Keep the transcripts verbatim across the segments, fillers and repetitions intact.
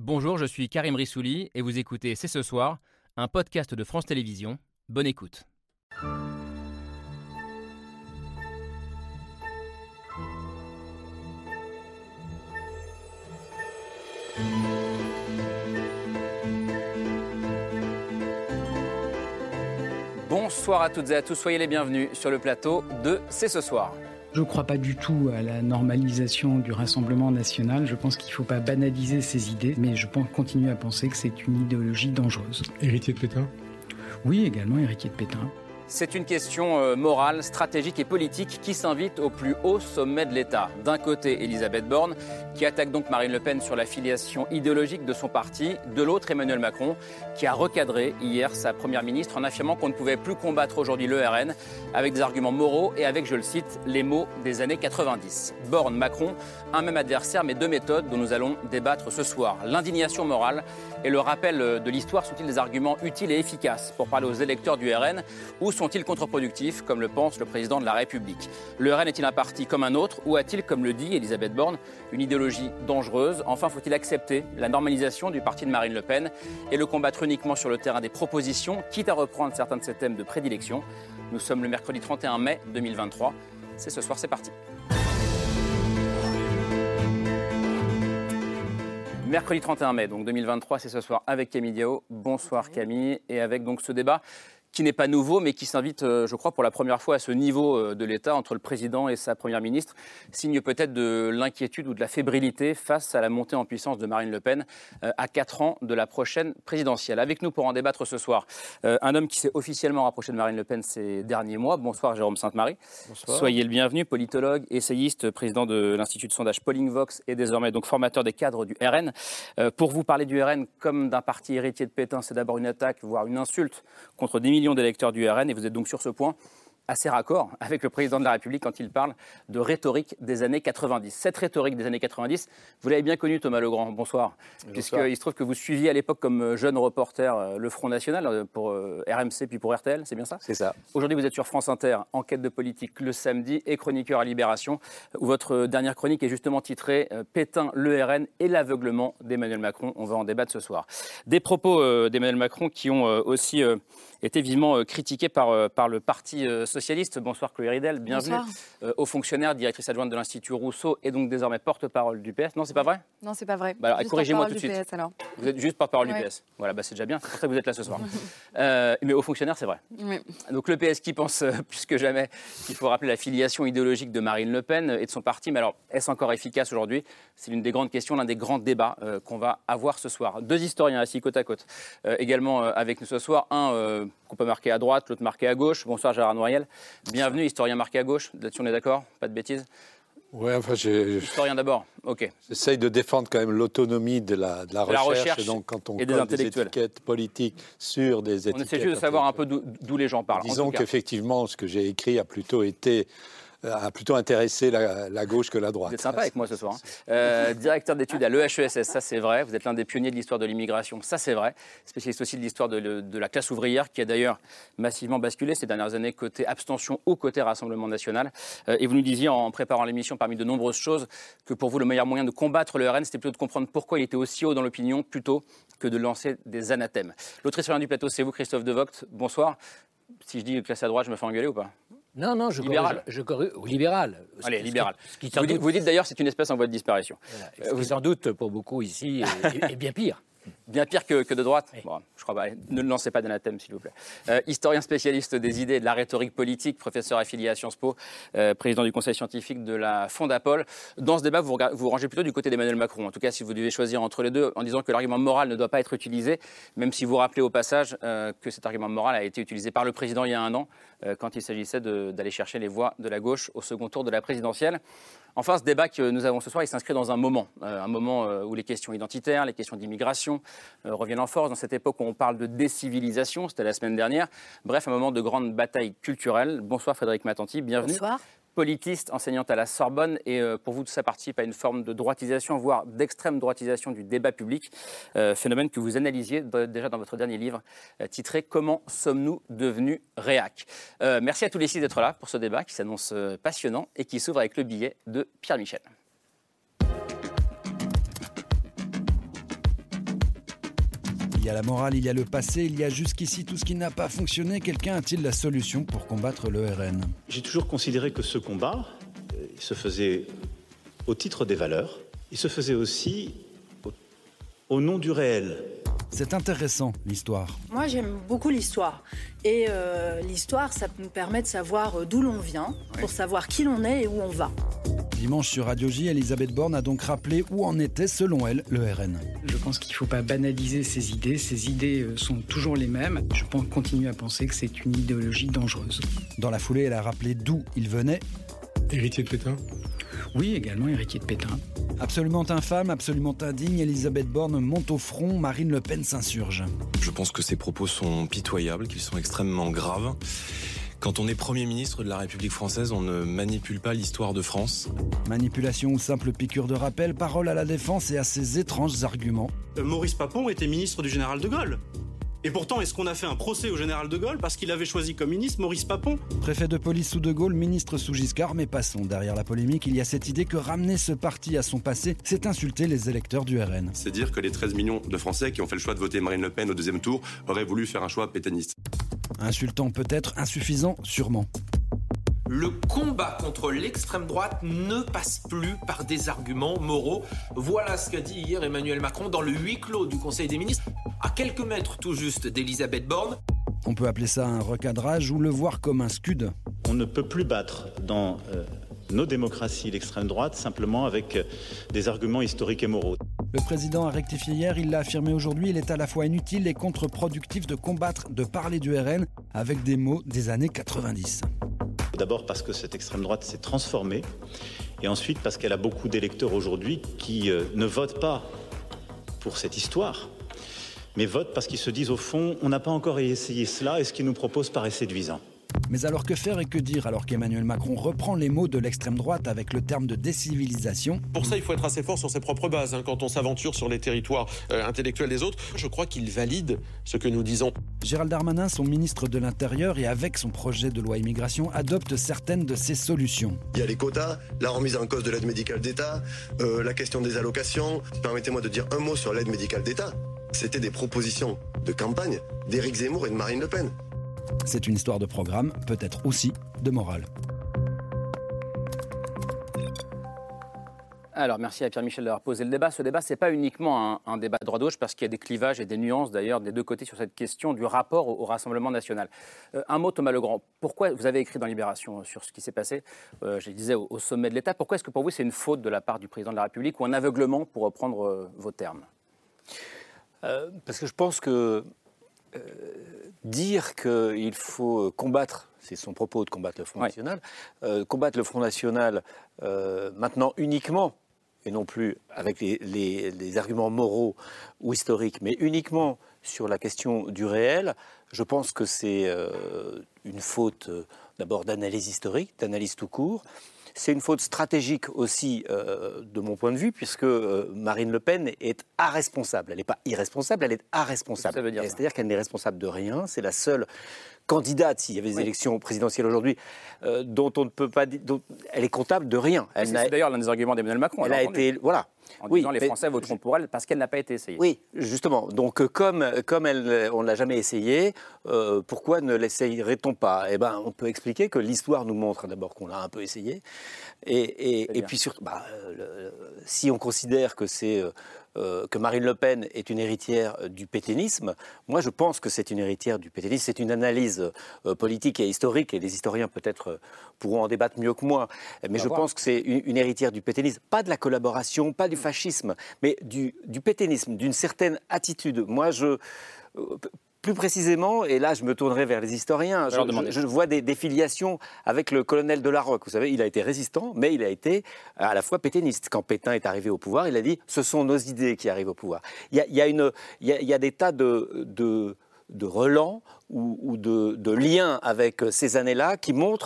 Bonjour, je suis Karim Rissouli et vous écoutez C'est ce soir, un podcast de France Télévisions. Bonne écoute. Bonsoir à toutes et à tous, soyez les bienvenus sur le plateau de C'est ce soir. Je ne crois pas du tout à la normalisation du Rassemblement national. Je pense qu'il ne faut pas banaliser ces idées, mais je pense, continue à penser que c'est une idéologie dangereuse. Héritier de Pétain ? Oui, également héritier de Pétain. C'est une question morale, stratégique et politique qui s'invite au plus haut sommet de l'État. D'un côté, Elisabeth Borne, qui attaque donc Marine Le Pen sur la filiation idéologique de son parti. De l'autre, Emmanuel Macron, qui a recadré hier sa première ministre en affirmant qu'on ne pouvait plus combattre aujourd'hui le R N avec des arguments moraux et avec, je le cite, les mots des années quatre-vingt-dix. Borne, Macron, un même adversaire, mais deux méthodes dont nous allons débattre ce soir. L'indignation morale et le rappel de l'histoire sont-ils des arguments utiles et efficaces pour parler aux électeurs du R N ou sont-ils contre-productifs, comme le pense le président de la République? Le R N est-il un parti comme un autre ou a-t-il, comme le dit Elisabeth Borne, une idéologie dangereuse? Enfin, faut-il accepter la normalisation du parti de Marine Le Pen et le combattre uniquement sur le terrain des propositions, quitte à reprendre certains de ses thèmes de prédilection? Nous sommes le mercredi trente et un mai deux mille vingt-trois. C'est ce soir, c'est parti. Mercredi trente et un mai, donc deux mille vingt-trois, c'est ce soir avec Camille Diao. Bonsoir Camille, et avec donc ce débat qui n'est pas nouveau, mais qui s'invite, je crois, pour la première fois à ce niveau de l'État entre le président et sa première ministre, signe peut-être de l'inquiétude ou de la fébrilité face à la montée en puissance de Marine Le Pen à quatre ans de la prochaine présidentielle. Avec nous pour en débattre ce soir, un homme qui s'est officiellement rapproché de Marine Le Pen ces derniers mois. Bonsoir Jérôme Sainte-Marie. Bonsoir. Soyez le bienvenu, politologue, essayiste, président de l'Institut de sondage Pollingvox et désormais donc formateur des cadres du R N. Pour vous, parler du R N comme d'un parti héritier de Pétain, c'est d'abord une attaque, voire une insulte contre des millions d'électeurs du R N, et vous êtes donc sur ce point assez raccord avec le président de la République quand il parle de rhétorique des années quatre-vingt-dix. Cette rhétorique des années quatre-vingt-dix, vous l'avez bien connue, Thomas Legrand. Bonsoir. Puisqu'il se trouve que vous suiviez à l'époque comme jeune reporter le Front National pour R M C puis pour R T L, c'est bien ça? C'est ça. Aujourd'hui, vous êtes sur France Inter, enquête de politique le samedi et chroniqueur à Libération, où votre dernière chronique est justement titrée « Pétain, le R N et l'aveuglement d'Emmanuel Macron ». On va en débattre ce soir. Des propos euh, d'Emmanuel Macron qui ont euh, aussi euh, été vivement euh, critiqués par, euh, par le Parti euh, socialiste. Bonsoir Chloé Ridel, bienvenue. Euh, haut fonctionnaire, directrice adjointe de l'Institut Rousseau et donc désormais porte-parole du P S. Non, c'est pas vrai? Non, c'est pas vrai. Bah alors, corrigez-moi tout de suite. P S, alors. Vous êtes juste porte-parole ouais. du P S. Voilà, bah c'est déjà bien, c'est pour ça que vous êtes là ce soir. euh, mais haut fonctionnaire, c'est vrai. Oui. Donc le P S qui pense euh, plus que jamais qu'il faut rappeler la filiation idéologique de Marine Le Pen et de son parti. Mais alors, est-ce encore efficace aujourd'hui? C'est l'une des grandes questions, l'un des grands débats euh, qu'on va avoir ce soir. Deux historiens assis côte à côte, euh, également euh, avec nous ce soir. Un euh, qu'on peut marquer à droite, l'autre marqué à gauche. Bonsoir Gérard Noiriel. Bienvenue, historien marqué à gauche. Là-dessus, on est d'accord? Pas de bêtises? Ouais, enfin, j'ai... Historien d'abord, ok. J'essaye de défendre quand même l'autonomie de la, de la, de la recherche, recherche. Et donc, quand on et des colle intellectuels. des étiquettes politiques sur des étiquettes... On essaie juste de savoir un peu d'où, d'où les gens parlent. Disons qu'effectivement, ce que j'ai écrit a plutôt été... a plutôt intéressé la, la gauche que la droite. Vous êtes sympa avec moi ce soir. Hein. Euh, directeur d'études à l'E H E S S, ça c'est vrai. Vous êtes l'un des pionniers de l'histoire de l'immigration, ça c'est vrai. Spécialiste aussi de l'histoire de, de la classe ouvrière, qui a d'ailleurs massivement basculé ces dernières années côté abstention ou côté Rassemblement national. Euh, et vous nous disiez en préparant l'émission, parmi de nombreuses choses, que pour vous le meilleur moyen de combattre le R N, c'était plutôt de comprendre pourquoi il était aussi haut dans l'opinion, plutôt que de lancer des anathèmes. L'autre historien du plateau, c'est vous, Christophe De Vogt. Bonsoir. Si je dis classe à droite, je me fais engueuler ou pas? Non, non, je libéral. Corrige, je corrige, libéral. Allez, libéral. Ce qui, ce qui vous, doute, dites, vous dites d'ailleurs c'est une espèce en voie de disparition. Voilà, ce qui sans doute pour beaucoup ici est, est bien pire. Bien pire que, que de droite. Oui. Bon, je crois pas. Ne lancez pas d'anathème, s'il vous plaît. Euh, historien spécialiste des idées et de la rhétorique politique, professeur affilié à Sciences Po, euh, président du conseil scientifique de la Fondapol. Dans ce débat, vous vous vous rangez plutôt du côté d'Emmanuel Macron. En tout cas, si vous devez choisir entre les deux, en disant que l'argument moral ne doit pas être utilisé, même si vous rappelez au passage euh, que cet argument moral a été utilisé par le président il y a un an, euh, quand il s'agissait de, d'aller chercher les voix de la gauche au second tour de la présidentielle. Enfin, ce débat que nous avons ce soir, il s'inscrit dans un moment, euh, un moment euh, où les questions identitaires, les questions d'immigration euh, reviennent en force, dans cette époque où on parle de décivilisation, c'était la semaine dernière. Bref, un moment de grande bataille culturelle. Bonsoir Frédéric Matanti, bienvenue. Bonsoir. Politiste, enseignante à la Sorbonne, et euh, pour vous, tout ça participe à une forme de droitisation, voire d'extrême droitisation du débat public, euh, phénomène que vous analysiez de, déjà dans votre dernier livre, euh, titré « Comment sommes-nous devenus réac ?» euh, Merci à tous les six d'être là pour ce débat qui s'annonce euh, passionnant et qui s'ouvre avec le billet de Pierre Michel. y a la morale, il y a le passé, il y a jusqu'ici tout ce qui n'a pas fonctionné. Quelqu'un a-t-il la solution pour combattre le R N ? J'ai toujours considéré que ce combat, il se faisait au titre des valeurs, il se faisait aussi au, au nom du réel. C'est intéressant, l'histoire. Moi, j'aime beaucoup l'histoire. Et euh, l'histoire, ça nous permet de savoir d'où l'on vient, oui. pour savoir qui l'on est et où on va. Dimanche sur Radio J, Elisabeth Borne a donc rappelé où en était, selon elle, le R N. Je pense qu'il ne faut pas banaliser ces idées. Ces idées sont toujours les mêmes. Je pense, continue à penser que c'est une idéologie dangereuse. Dans la foulée, elle a rappelé d'où il venait. Héritier de Pétain ? Oui, également héritier de Pétain. Absolument infâme, absolument indigne, Elisabeth Borne monte au front, Marine Le Pen s'insurge. Je pense que ces propos sont pitoyables, qu'ils sont extrêmement graves. Quand on est Premier ministre de la République française, on ne manipule pas l'histoire de France. Manipulation ou simple piqûre de rappel, parole à la défense et à ses étranges arguments. Euh, Maurice Papon était ministre du général de Gaulle. Et pourtant, est-ce qu'on a fait un procès au général de Gaulle parce qu'il avait choisi comme ministre Maurice Papon ? Préfet de police sous de Gaulle, ministre sous Giscard, mais passons. Derrière la polémique, il y a cette idée que ramener ce parti à son passé, c'est insulter les électeurs du R N. C'est dire que les treize millions de Français qui ont fait le choix de voter Marine Le Pen au deuxième tour auraient voulu faire un choix pétainiste. Insultant peut-être, insuffisant sûrement. Le combat contre l'extrême droite ne passe plus par des arguments moraux. Voilà ce qu'a dit hier Emmanuel Macron dans le huis clos du Conseil des ministres, à quelques mètres tout juste d'Elisabeth Borne. On peut appeler ça un recadrage ou le voir comme un scud. On ne peut plus battre dans euh, nos démocraties l'extrême droite simplement avec euh, des arguments historiques et moraux. Le président a rectifié hier, il l'a affirmé aujourd'hui, il est à la fois inutile et contre-productif de combattre, de parler du R N avec des mots des années quatre-vingt-dix. D'abord parce que cette extrême droite s'est transformée, et ensuite parce qu'elle a beaucoup d'électeurs aujourd'hui qui euh, ne votent pas pour cette histoire, mais votent parce qu'ils se disent au fond, on n'a pas encore essayé cela et ce qu'ils nous proposent paraît séduisant. Mais alors que faire et que dire alors qu'Emmanuel Macron reprend les mots de l'extrême droite avec le terme de décivilisation ? Pour ça, il faut être assez fort sur ses propres bases. Hein, quand on s'aventure sur les territoires euh, intellectuels des autres, je crois qu'il valide ce que nous disons. Gérald Darmanin, son ministre de l'Intérieur, et avec son projet de loi immigration, adopte certaines de ces solutions. Il y a les quotas, la remise en cause de l'aide médicale d'État, euh, la question des allocations. Permettez-moi de dire un mot sur l'aide médicale d'État. C'était des propositions de campagne d'Éric Zemmour et de Marine Le Pen. C'est une histoire de programme, peut-être aussi de morale. Alors, merci à Pierre-Michel d'avoir posé le débat. Ce débat, ce n'est pas uniquement un, un débat de droite-gauche, parce qu'il y a des clivages et des nuances, d'ailleurs, des deux côtés sur cette question du rapport au, au Rassemblement national. Euh, un mot, Thomas Legrand. Pourquoi, vous avez écrit dans Libération sur ce qui s'est passé, euh, je disais, au, au sommet de l'État. Pourquoi est-ce que pour vous, c'est une faute de la part du président de la République ou un aveuglement, pour reprendre euh, vos termes ? euh, Parce que je pense que euh, dire qu'il faut combattre, c'est son propos de combattre le Front ouais. National, euh, combattre le Front National euh, maintenant uniquement, et non plus avec les, les, les arguments moraux ou historiques, mais uniquement sur la question du réel, je pense que c'est euh, une faute euh, d'abord d'analyse historique, d'analyse tout court. C'est une faute stratégique aussi, euh, de mon point de vue, puisque euh, Marine Le Pen est irresponsable. Elle n'est pas irresponsable, elle est irresponsable. Ça veut dire C'est-à-dire qu'elle n'est responsable de rien. C'est la seule candidate, s'il y avait des oui. élections présidentielles aujourd'hui, euh, dont on ne peut pas dire... Dont, elle est comptable de rien. Elle c'est, c'est d'ailleurs l'un des arguments d'Emmanuel Macron. Elle a été... Voilà. En oui, disant les Français voteront pour elle parce qu'elle n'a pas été essayée. Oui, justement. Donc, comme, comme elle, on ne l'a jamais essayée, euh, pourquoi ne l'essayerait-on pas ? Eh bien, on peut expliquer que l'histoire nous montre d'abord qu'on l'a un peu essayée. Et, et, et puis surtout, bah, le, si on considère que, c'est, euh, que Marine Le Pen est une héritière du pétainisme, moi je pense que c'est une héritière du pétainisme. C'est une analyse euh, politique et historique, et les historiens peut-être euh, pourront en débattre mieux que moi. Mais je voir. pense que c'est une, une héritière du pétainisme. Pas de la collaboration, pas du fascisme, mais du, du pétainisme, d'une certaine attitude. Moi, je... Euh, Plus précisément, et là je me tournerai vers les historiens, je, je, je vois des, des filiations avec le colonel de la Rocque. Vous savez, il a été résistant, mais il a été à la fois pétainiste. Quand Pétain est arrivé au pouvoir, il a dit « ce sont nos idées qui arrivent au pouvoir ». Il y a, il y a, une, il y a, il y a des tas de, de, de relents ou, ou de, de liens avec ces années-là qui montrent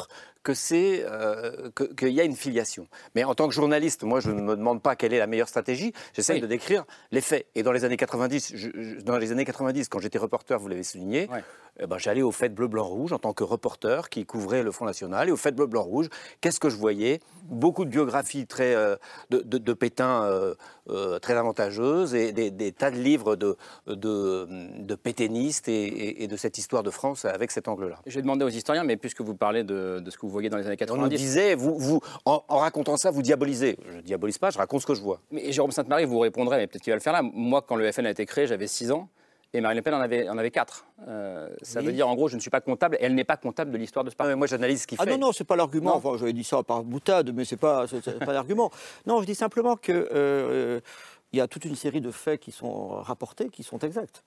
que c'est euh, que, qu'il y a une filiation. Mais en tant que journaliste, moi, je ne me demande pas quelle est la meilleure stratégie. J'essaie oui. de décrire les faits. Et dans les années quatre-vingt-dix, je, je, dans les années quatre-vingt-dix, quand j'étais reporter, vous l'avez souligné, ouais. eh ben, j'allais aux fêtes bleu, blanc, rouge en tant que reporter qui couvrait le Front National. Et aux fêtes bleu, blanc, rouge, qu'est-ce que je voyais? Beaucoup de biographies très euh, de, de, de Pétain euh, euh, très avantageuses et des, des tas de livres de, de, de pétainistes et, et, et de cette histoire de France avec cet angle-là. Je vais demander aux historiens, mais puisque vous parlez de, de ce que vous voyez dans les années quatre-vingt-dix... On nous disait, vous, vous, en, en racontant ça, vous diabolisez. Je ne diabolise pas, je raconte ce que je vois. Mais Jérôme Sainte-Marie vous répondrait, mais peut-être qu'il va le faire là. Moi, quand le F N a été créé, j'avais six ans. Et Marine Le Pen en avait, en avait quatre. Euh, ça oui. veut dire, en gros, je ne suis pas comptable, et elle n'est pas comptable de l'histoire de ce parti. Ah, moi, j'analyse ce qu'il ah fait. Ah non, non, c'est pas l'argument. Enfin, j'avais dit ça par boutade, mais c'est pas, c'est, c'est pas l'argument. Non, je dis simplement qu'il euh, y a toute une série de faits qui sont rapportés, qui sont exacts.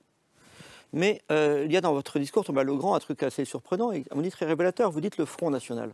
Mais euh, il y a dans votre discours, Thomas Legrand, un truc assez surprenant, et à mon avis très révélateur. Vous dites le Front National.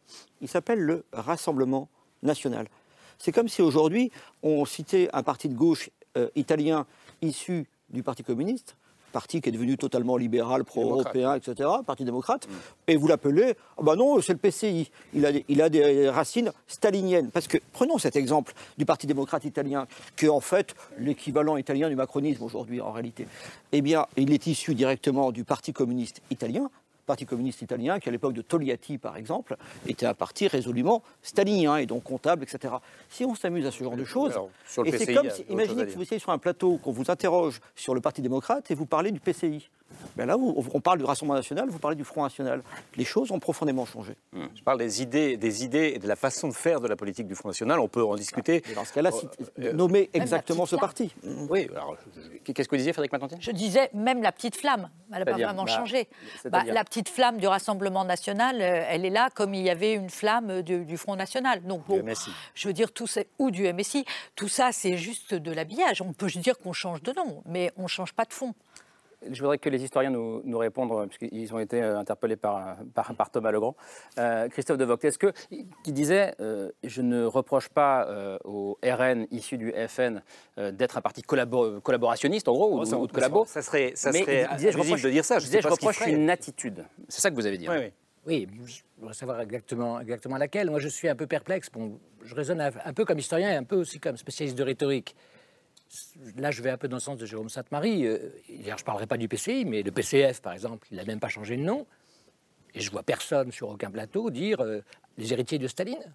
Il s'appelle le Rassemblement National. C'est comme si aujourd'hui, on citait un parti de gauche euh, italien issu du Parti communiste, parti qui est devenu totalement libéral, pro-européen, et cetera, parti démocrate, mmh. et vous l'appelez, ah ben non, c'est le P C I, il a, des, il a des racines staliniennes. Parce que, prenons cet exemple du Parti démocrate italien, qui est en fait l'équivalent italien du macronisme aujourd'hui, en réalité. Eh bien, il est issu directement du Parti communiste italien, Parti communiste italien, qui à l'époque de Togliatti, par exemple, était un parti résolument stalinien, et donc comptable, et cetera. Si on s'amuse à ce genre de choses, alors, sur le et P C I, c'est comme si, imaginez que vous étiez sur un plateau, qu'on vous interroge sur le Parti démocrate, et vous parlez du P C I. Ben là, vous, on parle du Rassemblement National, vous parlez du Front National. Les choses ont profondément changé. Mmh. Je parle des idées, des idées et de la façon de faire de la politique du Front National. On peut en discuter. Et dans ce cas-là, euh, nommer exactement ce parti. Mmh. Oui, alors, qu'est-ce que vous disiez, Frédéric Matantier ? Je disais, même la petite flamme, elle n'a pas vraiment bah, changé. Bah, la petite flamme du Rassemblement National, elle est là comme il y avait une flamme du, du Front National. Donc, bon, je veux dire, tout ça, ou du M S I, tout ça, c'est juste de l'habillage. On peut juste dire qu'on change de nom, mais on ne change pas de fond. Je voudrais que les historiens nous, nous répondent, puisqu'ils ont été interpellés par, par, par Thomas Legrand. Euh, Christophe de Vogt, est-ce que, qui disait euh, « Je ne reproche pas euh, au R N issu du F N euh, d'être un parti collabor- collaborationniste, en gros, oh, ou, ça, ou de collabo ». Ça serait, ça serait abusif de dire ça. Je, je disais, je reproche une attitude. C'est ça que vous avez dit. Oui, oui. Oui, je voudrais savoir exactement, exactement laquelle. Moi, je suis un peu perplexe. Bon, je raisonne un peu comme historien et un peu aussi comme spécialiste de rhétorique. Là, je vais un peu dans le sens de Jérôme Sainte-Marie. Euh, je ne parlerai pas du P C I, mais le P C F, par exemple, il n'a même pas changé de nom. Et je ne vois personne sur aucun plateau dire euh, les héritiers de Staline.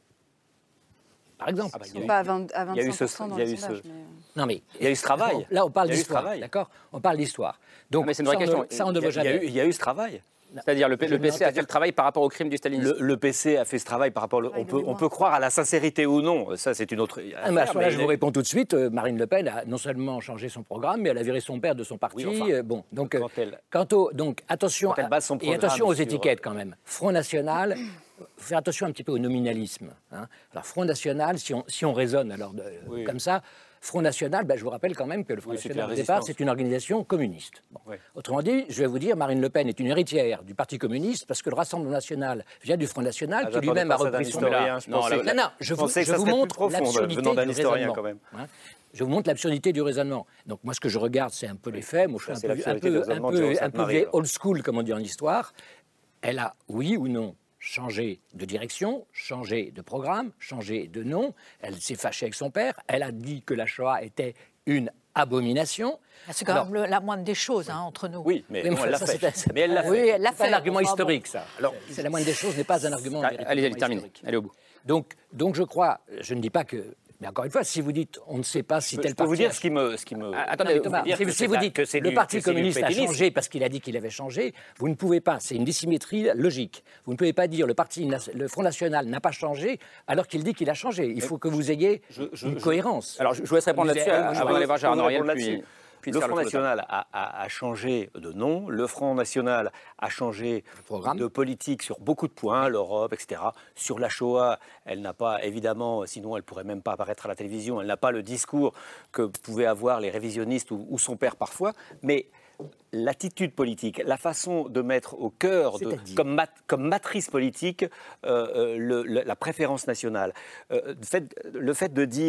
Par exemple. Ah bah, il y a eu, pas à vingt, à vingt-cinq pour cent dans le sondage. Ce... Mais... Non, mais il y a eu ce travail. Là, on parle d'histoire, d'accord ? On parle d'histoire. Donc, ah, mais c'est une vraie question. Ne, ça, on ne voit jamais. Il y a eu ce travail. C'est-à-dire le, P- le P C a fait le travail par rapport au crime du stalinisme. Le, le P C a fait ce travail par rapport. Le, on, peut, on peut croire à la sincérité ou non. Ça, c'est une autre. Ah, mais à ce moment-là, je vous réponds tout de suite. Euh, Marine Le Pen a non seulement changé son programme, mais elle a viré son père de son parti. Oui, enfin, euh, bon, donc, quand elle, quant au, donc attention, quand elle base son et attention aux étiquettes quand même. Front National. Faire attention un petit peu au nominalisme. Hein. Alors Front National, si on, si on raisonne alors de, oui. comme ça. Front National, ben, je vous rappelle quand même que le Front oui, National, au départ, c'est une organisation communiste. Bon. Oui. Autrement dit, je vais vous dire, Marine Le Pen est une héritière du Parti communiste parce que le Rassemblement National vient du Front National, ah, qui lui-même a repris son... Historien, je non, là, non, non, je vous, je vous montre l'absurdité du raisonnement. Quand même. Hein. Je vous montre l'absurdité du raisonnement. Donc moi, ce que je regarde, c'est un peu les faits. Moi, je suis un peu, un peu, un peu, un peu vieille, old school, comme on dit en histoire. Elle a, oui ou non, changer de direction, changer de programme, changer de nom. Elle s'est fâchée avec son père. Elle a dit que la Shoah était une abomination. C'est quand Alors, même la moindre des choses hein, entre nous. Oui, mais, oui, non, elle l'a fait. C'est, mais elle l'a fait. Oui, elle l'a fait. C'est pas un argument historique, ça. Alors, c'est la moindre des choses, n'est pas un argument ah, allez, allez, terminez. Allez au bout. Donc, donc, je crois, je ne dis pas que... Mais encore une fois, si vous dites, on ne sait pas si je tel peux parti... vous dire ce qui me... Ce qui me... Ah, attendez, Thomas, vous si, si vous dites que le Parti communiste a changé parce qu'il a dit qu'il avait changé, vous ne pouvez pas, c'est une dissymétrie logique. Vous ne pouvez pas dire le parti, le Front National n'a pas changé alors qu'il dit qu'il a changé. Il faut que vous ayez je, je, une je, cohérence. Alors, je vous laisse répondre là-dessus avant d'aller voir Gérard Noiriel, puis... Le Front National a, a, a changé de nom, le Front National a changé de politique sur beaucoup de points, l'Europe, et cetera. Sur la Shoah, elle n'a pas, évidemment, sinon elle ne pourrait même pas apparaître à la télévision, elle n'a pas le discours que pouvaient avoir les révisionnistes ou, ou son père parfois, mais l'attitude politique, la façon de mettre au cœur, de, comme, mat, comme matrice politique, euh, le, le, la préférence nationale, euh, le, fait, le fait de dire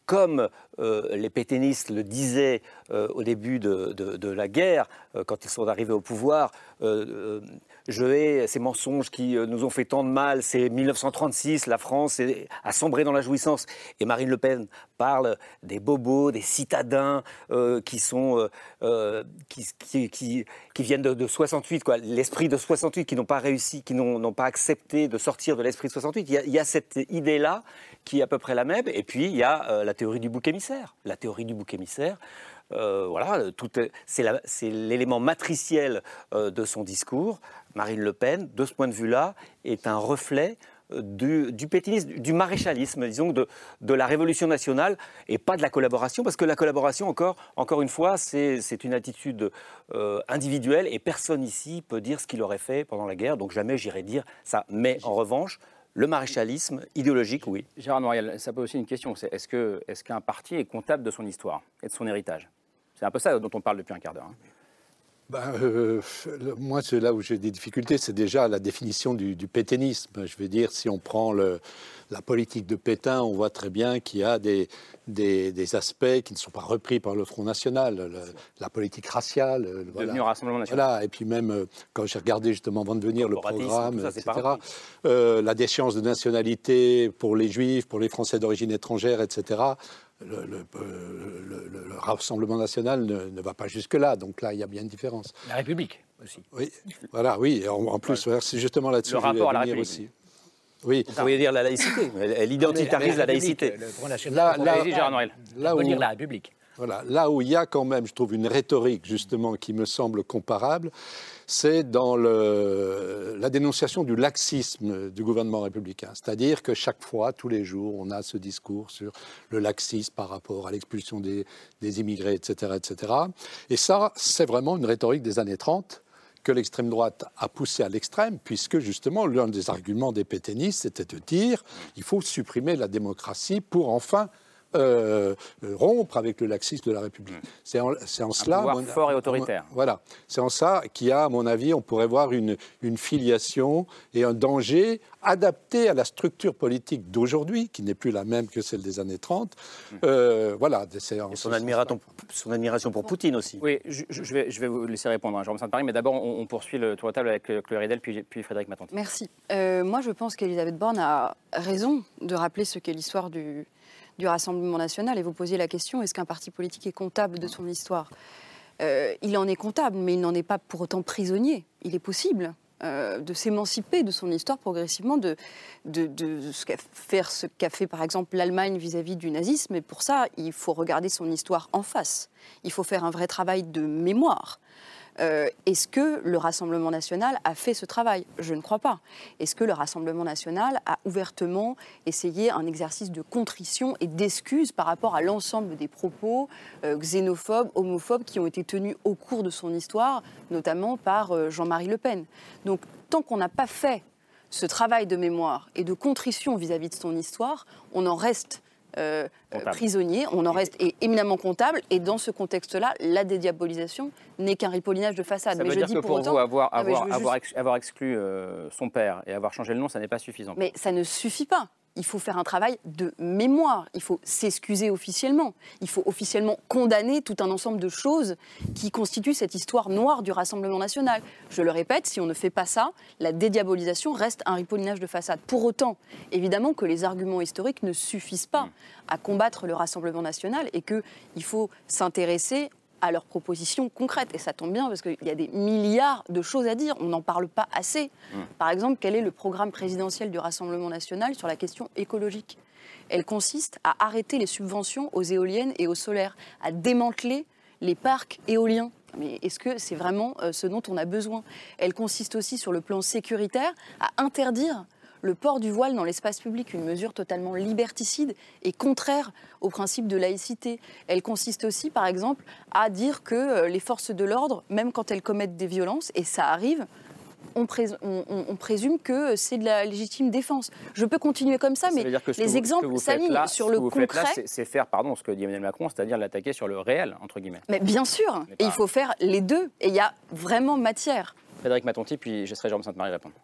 comme euh, les pétainistes le disaient euh, au début de, de, de la guerre, euh, quand ils sont arrivés au pouvoir, euh, euh, je hais ces mensonges qui euh, nous ont fait tant de mal, c'est mille neuf cent trente-six, la France est, a sombré dans la jouissance. Et Marine Le Pen parle des bobos, des citadins euh, qui, sont, euh, euh, qui, qui, qui, qui viennent de, de soixante-huit, quoi, l'esprit de soixante-huit, qui n'ont pas réussi, qui n'ont pas accepté de sortir de l'esprit de soixante-huit. Il y a, il y a cette idée-là qui est à peu près la même. Et puis, il y a euh, la théorie du bouc émissaire. La théorie du bouc émissaire, euh, voilà, c'est l'élément matriciel euh, de son discours. Marine Le Pen, de ce point de vue-là, est un reflet du, du pétainisme, du maréchalisme, disons, de, de la Révolution nationale, et pas de la collaboration, parce que la collaboration, encore, encore une fois, c'est une attitude euh, individuelle, et personne ici peut dire ce qu'il aurait fait pendant la guerre, donc jamais j'irai dire ça. Mais en revanche, le maréchalisme idéologique, oui. Gérard Noiriel, ça pose aussi une question, c'est est-ce que, est-ce qu'un parti est comptable de son histoire et de son héritage? C'est un peu ça dont on parle depuis un quart d'heure. Hein. Ben, euh, moi, c'est là où j'ai des difficultés, c'est déjà la définition du, du pétainisme. Je veux dire, si on prend le, la politique de Pétain, on voit très bien qu'il y a des, des, des aspects qui ne sont pas repris par le Front National. Le, la politique raciale. Devenu voilà. Rassemblement National. Voilà. Et puis même, quand j'ai regardé justement avant de venir le programme, ça, et cetera, euh, la déchéance de nationalité pour les Juifs, pour les Français d'origine étrangère, et cetera, Le, le, le, le, le Rassemblement national ne, ne va pas jusque-là. Donc là, il y a bien une différence. La République aussi. Oui, voilà, oui. En, en plus, ouais. c'est justement là-dessus le que rapport à la République aussi. Oui. Vous pourriez dire la laïcité. Elle identitarise la, la laïcité. Le Front National. Là, là, là, là où, dire la République. Voilà, là où il y a quand même, je trouve, une rhétorique justement qui me semble comparable, c'est dans le, la dénonciation du laxisme du gouvernement républicain. C'est-à-dire que chaque fois, tous les jours, on a ce discours sur le laxisme par rapport à l'expulsion des, des immigrés, et cetera, et cetera. Et ça, c'est vraiment une rhétorique des années trente que l'extrême droite a poussé à l'extrême, puisque justement, l'un des arguments des pétainistes, c'était de dire qu'il faut supprimer la démocratie pour enfin Euh, rompre avec le laxisme de la République. C'est en, en cela... Un pouvoir mon, fort et autoritaire. Voilà. C'est en ça qu'il y a, à mon avis, on pourrait voir une, une filiation et un danger adapté à la structure politique d'aujourd'hui, qui n'est plus la même que celle des années trente. Euh, voilà. Et son admiration, son admiration pour Poutine aussi. Oui, je, je, vais, je vais vous laisser répondre, hein, Jean-Vincent de Paris, mais d'abord, on, on poursuit le tour de table avec Chloé Ridel, puis, puis Frédéric Matonti. Merci. Euh, moi, je pense qu'Elisabeth Borne a raison de rappeler ce qu'est l'histoire du... du Rassemblement national, et vous posiez la question, est-ce qu'un parti politique est comptable de son histoire? euh, Il en est comptable, mais il n'en est pas pour autant prisonnier. Il est possible euh, de s'émanciper de son histoire progressivement, de, de, de, de ce qu'a fait, ce qu'a fait par exemple l'Allemagne vis-à-vis du nazisme, et pour ça, il faut regarder son histoire en face. Il faut faire un vrai travail de mémoire. Euh, Est-ce que le Rassemblement national a fait ce travail? Je ne crois pas. Est-ce que le Rassemblement national a ouvertement essayé un exercice de contrition et d'excuse par rapport à l'ensemble des propos euh, xénophobes, homophobes qui ont été tenus au cours de son histoire, notamment par euh, Jean-Marie Le Pen? Donc, tant qu'on n'a pas fait ce travail de mémoire et de contrition vis-à-vis de son histoire, on en reste Euh, prisonnier, on en reste éminemment comptable, et dans ce contexte-là, la dédiabolisation n'est qu'un ripollinage de façade. Ça mais veut je dire dis que pour, pour autant, vous, avoir, ah, avoir, juste... avoir, exclu, avoir exclu euh, son père et avoir changé le nom, ça n'est pas suffisant. Mais ça ne suffit pas. Il faut faire un travail de mémoire, il faut s'excuser officiellement, il faut officiellement condamner tout un ensemble de choses qui constituent cette histoire noire du Rassemblement national. Je le répète, si on ne fait pas ça, la dédiabolisation reste un ripollinage de façade. Pour autant, évidemment que les arguments historiques ne suffisent pas à combattre le Rassemblement national et qu'il faut s'intéresser à leurs propositions concrètes. Et ça tombe bien parce qu'il y a des milliards de choses à dire. On n'en parle pas assez. Mmh. Par exemple, quel est le programme présidentiel du Rassemblement national sur la question écologique? Elle consiste à arrêter les subventions aux éoliennes et au solaire, à démanteler les parcs éoliens. Mais est-ce que c'est vraiment euh, ce dont on a besoin? Elle consiste aussi, sur le plan sécuritaire, à interdire le port du voile dans l'espace public, une mesure totalement liberticide et contraire au principe de laïcité. Elle consiste aussi, par exemple, à dire que les forces de l'ordre, même quand elles commettent des violences, et ça arrive, on, prés on, on présume que c'est de la légitime défense. Je peux continuer comme ça, ça mais les vous, exemples s'alignent sur le concret. C'est faire, pardon, ce que dit Emmanuel Macron, c'est-à-dire l'attaquer sur le réel, entre guillemets. Mais bien sûr, et il faut faire les deux, et il y a vraiment matière. Frédéric Matonti, puis je laisserai Jean-Vincent de Paris répondre.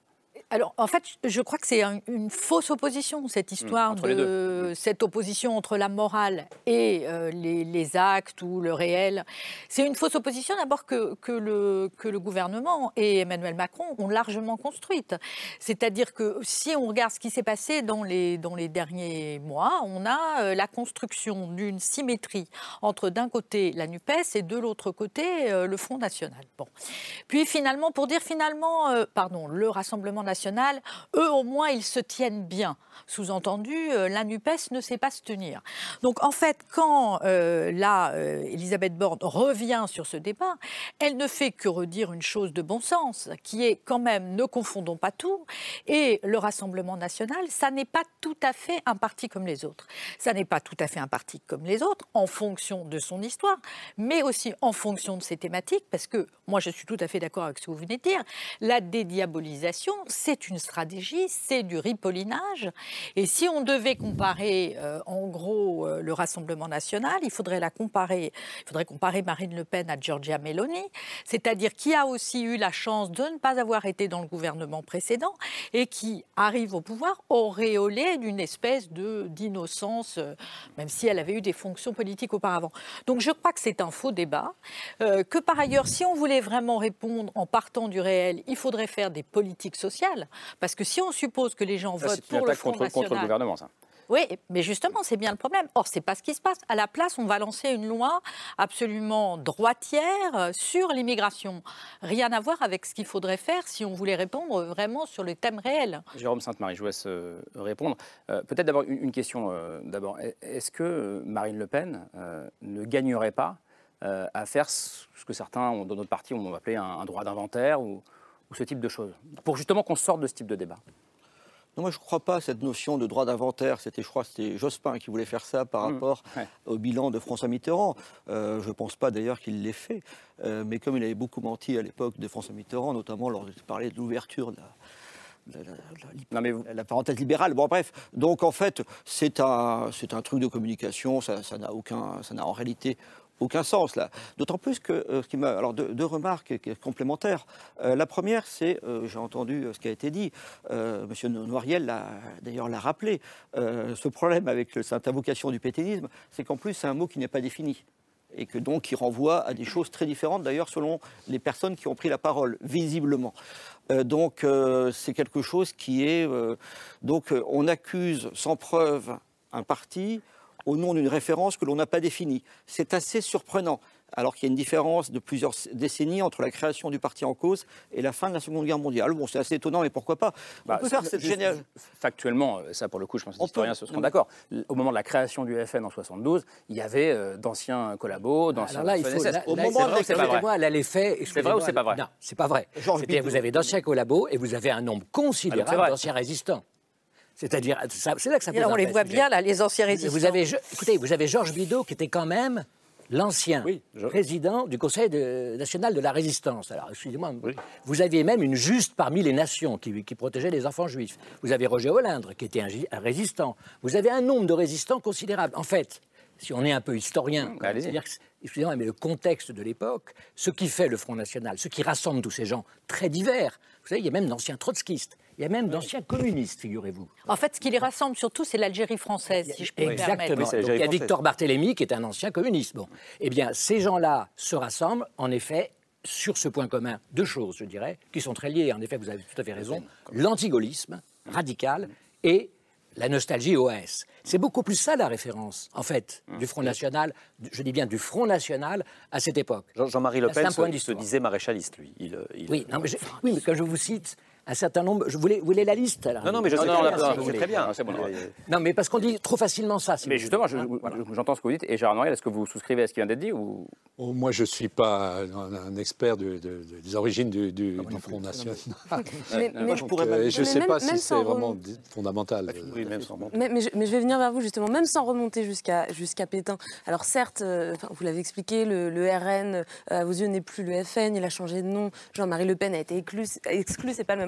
Alors, en fait, je crois que c'est un, une fausse opposition, cette histoire mmh, de cette opposition entre la morale et euh, les, les actes ou le réel. C'est une fausse opposition d'abord que, que, le, que le gouvernement et Emmanuel Macron ont largement construite. C'est-à-dire que si on regarde ce qui s'est passé dans les, dans les derniers mois, on a euh, la construction d'une symétrie entre d'un côté la NUPES et de l'autre côté euh, le Front National. Bon. Puis finalement, pour dire finalement, euh, pardon, le Rassemblement National, eux au moins ils se tiennent bien. Sous-entendu, euh, la NUPES ne sait pas se tenir. Donc en fait, quand euh, là, euh, Elisabeth Borne revient sur ce débat, elle ne fait que redire une chose de bon sens, qui est quand même, ne confondons pas tout, et le Rassemblement National, ça n'est pas tout à fait un parti comme les autres. Ça n'est pas tout à fait un parti comme les autres, en fonction de son histoire, mais aussi en fonction de ses thématiques, parce que moi je suis tout à fait d'accord avec ce que vous venez de dire, la dédiabolisation, c'est C'est une stratégie, c'est du ripollinage. Et si on devait comparer, euh, en gros, euh, le Rassemblement national, il faudrait la comparer, il faudrait comparer Marine Le Pen à Giorgia Meloni, c'est-à-dire qui a aussi eu la chance de ne pas avoir été dans le gouvernement précédent et qui arrive au pouvoir auréolée d'une espèce de, d'innocence, euh, même si elle avait eu des fonctions politiques auparavant. Donc je crois que c'est un faux débat, euh, que par ailleurs, si on voulait vraiment répondre en partant du réel, il faudrait faire des politiques sociales. Parce que si on suppose que les gens ça, votent pour le Front contre, National... contre le gouvernement, ça. Oui, mais justement, c'est bien le problème. Or, ce n'est pas ce qui se passe. À la place, on va lancer une loi absolument droitière sur l'immigration. Rien à voir avec ce qu'il faudrait faire si on voulait répondre vraiment sur le thème réel. Jérôme Sainte-Marie, je vous laisse euh, répondre. Euh, peut-être d'abord une, une question. Euh, d'abord. Est-ce que Marine Le Pen euh, ne gagnerait pas euh, à faire ce que certains, ont, dans notre parti, on va appeler un, un droit d'inventaire ou... ou ce type de choses, pour justement qu'on sorte de ce type de débat? Non, moi je ne crois pas à cette notion de droit d'inventaire. C'était, je crois, c'était Jospin qui voulait faire ça par mmh, rapport ouais. au bilan de François Mitterrand. Euh, je ne pense pas d'ailleurs qu'il l'ait fait. Euh, mais comme il avait beaucoup menti à l'époque de François Mitterrand, notamment lorsqu'il parlait de l'ouverture de la... La, la, la, non mais vous... la parenthèse libérale, bon bref, donc en fait c'est un, c'est un truc de communication, ça, ça n'a aucun, ça n'a en réalité aucun sens là. D'autant plus que euh, ce qui m'a, alors deux, deux remarques complémentaires. Euh, la première, c'est, euh, j'ai entendu ce qui a été dit, euh, Monsieur Noiriel l'a, d'ailleurs l'a rappelé. Euh, ce problème avec le, cette invocation du pétainisme, c'est qu'en plus c'est un mot qui n'est pas défini. Et que donc il renvoie à des choses très différentes, d'ailleurs, selon les personnes qui ont pris la parole, visiblement. Euh, donc euh, c'est quelque chose qui est... Euh, donc euh, on accuse sans preuve un parti au nom d'une référence que l'on n'a pas définie. C'est assez surprenant, alors qu'il y a une différence de plusieurs décennies entre la création du parti en cause et la fin de la Seconde Guerre mondiale. Bon, c'est assez étonnant, mais pourquoi pas? Bah, on peut faire cette géné... Factuellement, ça pour le coup, je pense que les historiens se seront d'accord. Au moment de la création du F N en soixante-douze, il y avait euh, d'anciens collabos, d'anciens... Alors là, il faut... Là, au là, moment de c'est vrai, moi, là, les faits... C'est vrai ou c'est pas vrai? Non, c'est pas vrai. C'est-à-dire, vous avez d'anciens collabos et vous avez un nombre considérable d'anciens résistants. C'est-à-dire, c'est là que ça pose un On les voit bien, là, les anciens résistants. Vous avez, écoutez, vous avez Georges Bidault qui était quand même l'ancien oui, je... président du Conseil de, national de la résistance. Alors, excusez-moi, oui. Vous aviez même une juste parmi les nations qui, qui protégeait les enfants juifs. Vous avez Roger Hollindre qui était un, un résistant. Vous avez un nombre de résistants considérable. En fait, si on est un peu historien, bah, c'est-à-dire que, excusez-moi, mais le contexte de l'époque, ce qui fait le Front National, ce qui rassemble tous ces gens très divers, vous savez, il y a même d'anciens trotskistes. Il y a même d'anciens communistes, figurez-vous. En fait, ce qui les rassemble surtout, c'est l'Algérie française, si je peux me permettre. Exactement. Oui, donc, il y a Victor Barthélemy, qui est un ancien communiste. Bon. Eh bien, ces gens-là se rassemblent, en effet, sur ce point commun. Deux choses, je dirais, qui sont très liées. En effet, vous avez tout à fait raison. L'antigaullisme radical et la nostalgie O A S. C'est beaucoup plus ça, la référence, en fait, du Front National, je dis bien du Front National, à cette époque. Jean- Jean-Marie Le Pen se, se disait maréchaliste, lui. Il, il... Oui, non, mais je, oui, mais quand je vous cite... un certain nombre... Je voulais, vous voulez la liste alors? Non, non, mais je sais non, très, non, bien, non, si très bien. Non, c'est bon, non, mais parce qu'on dit trop facilement ça. Si mais justement, je, voilà. j'entends ce que vous dites. Et Gérard Noiriel, est-ce que vous souscrivez à ce qui vient d'être dit ou... oh, moi, je ne suis pas un, un expert de, de, de, des origines du, du, du Front National. mais, mais, Donc, je ne euh, sais même, pas même si c'est rem... vraiment fondamental. Oui, même sans mais, mais, je, mais je vais venir vers vous, justement, même sans remonter jusqu'à jusqu'à Pétain. Alors certes, euh, vous l'avez expliqué, le, le R N, euh, à vos yeux, n'est plus le F N, il a changé de nom. Jean-Marie Le Pen a été exclu, exclu c'est pas le même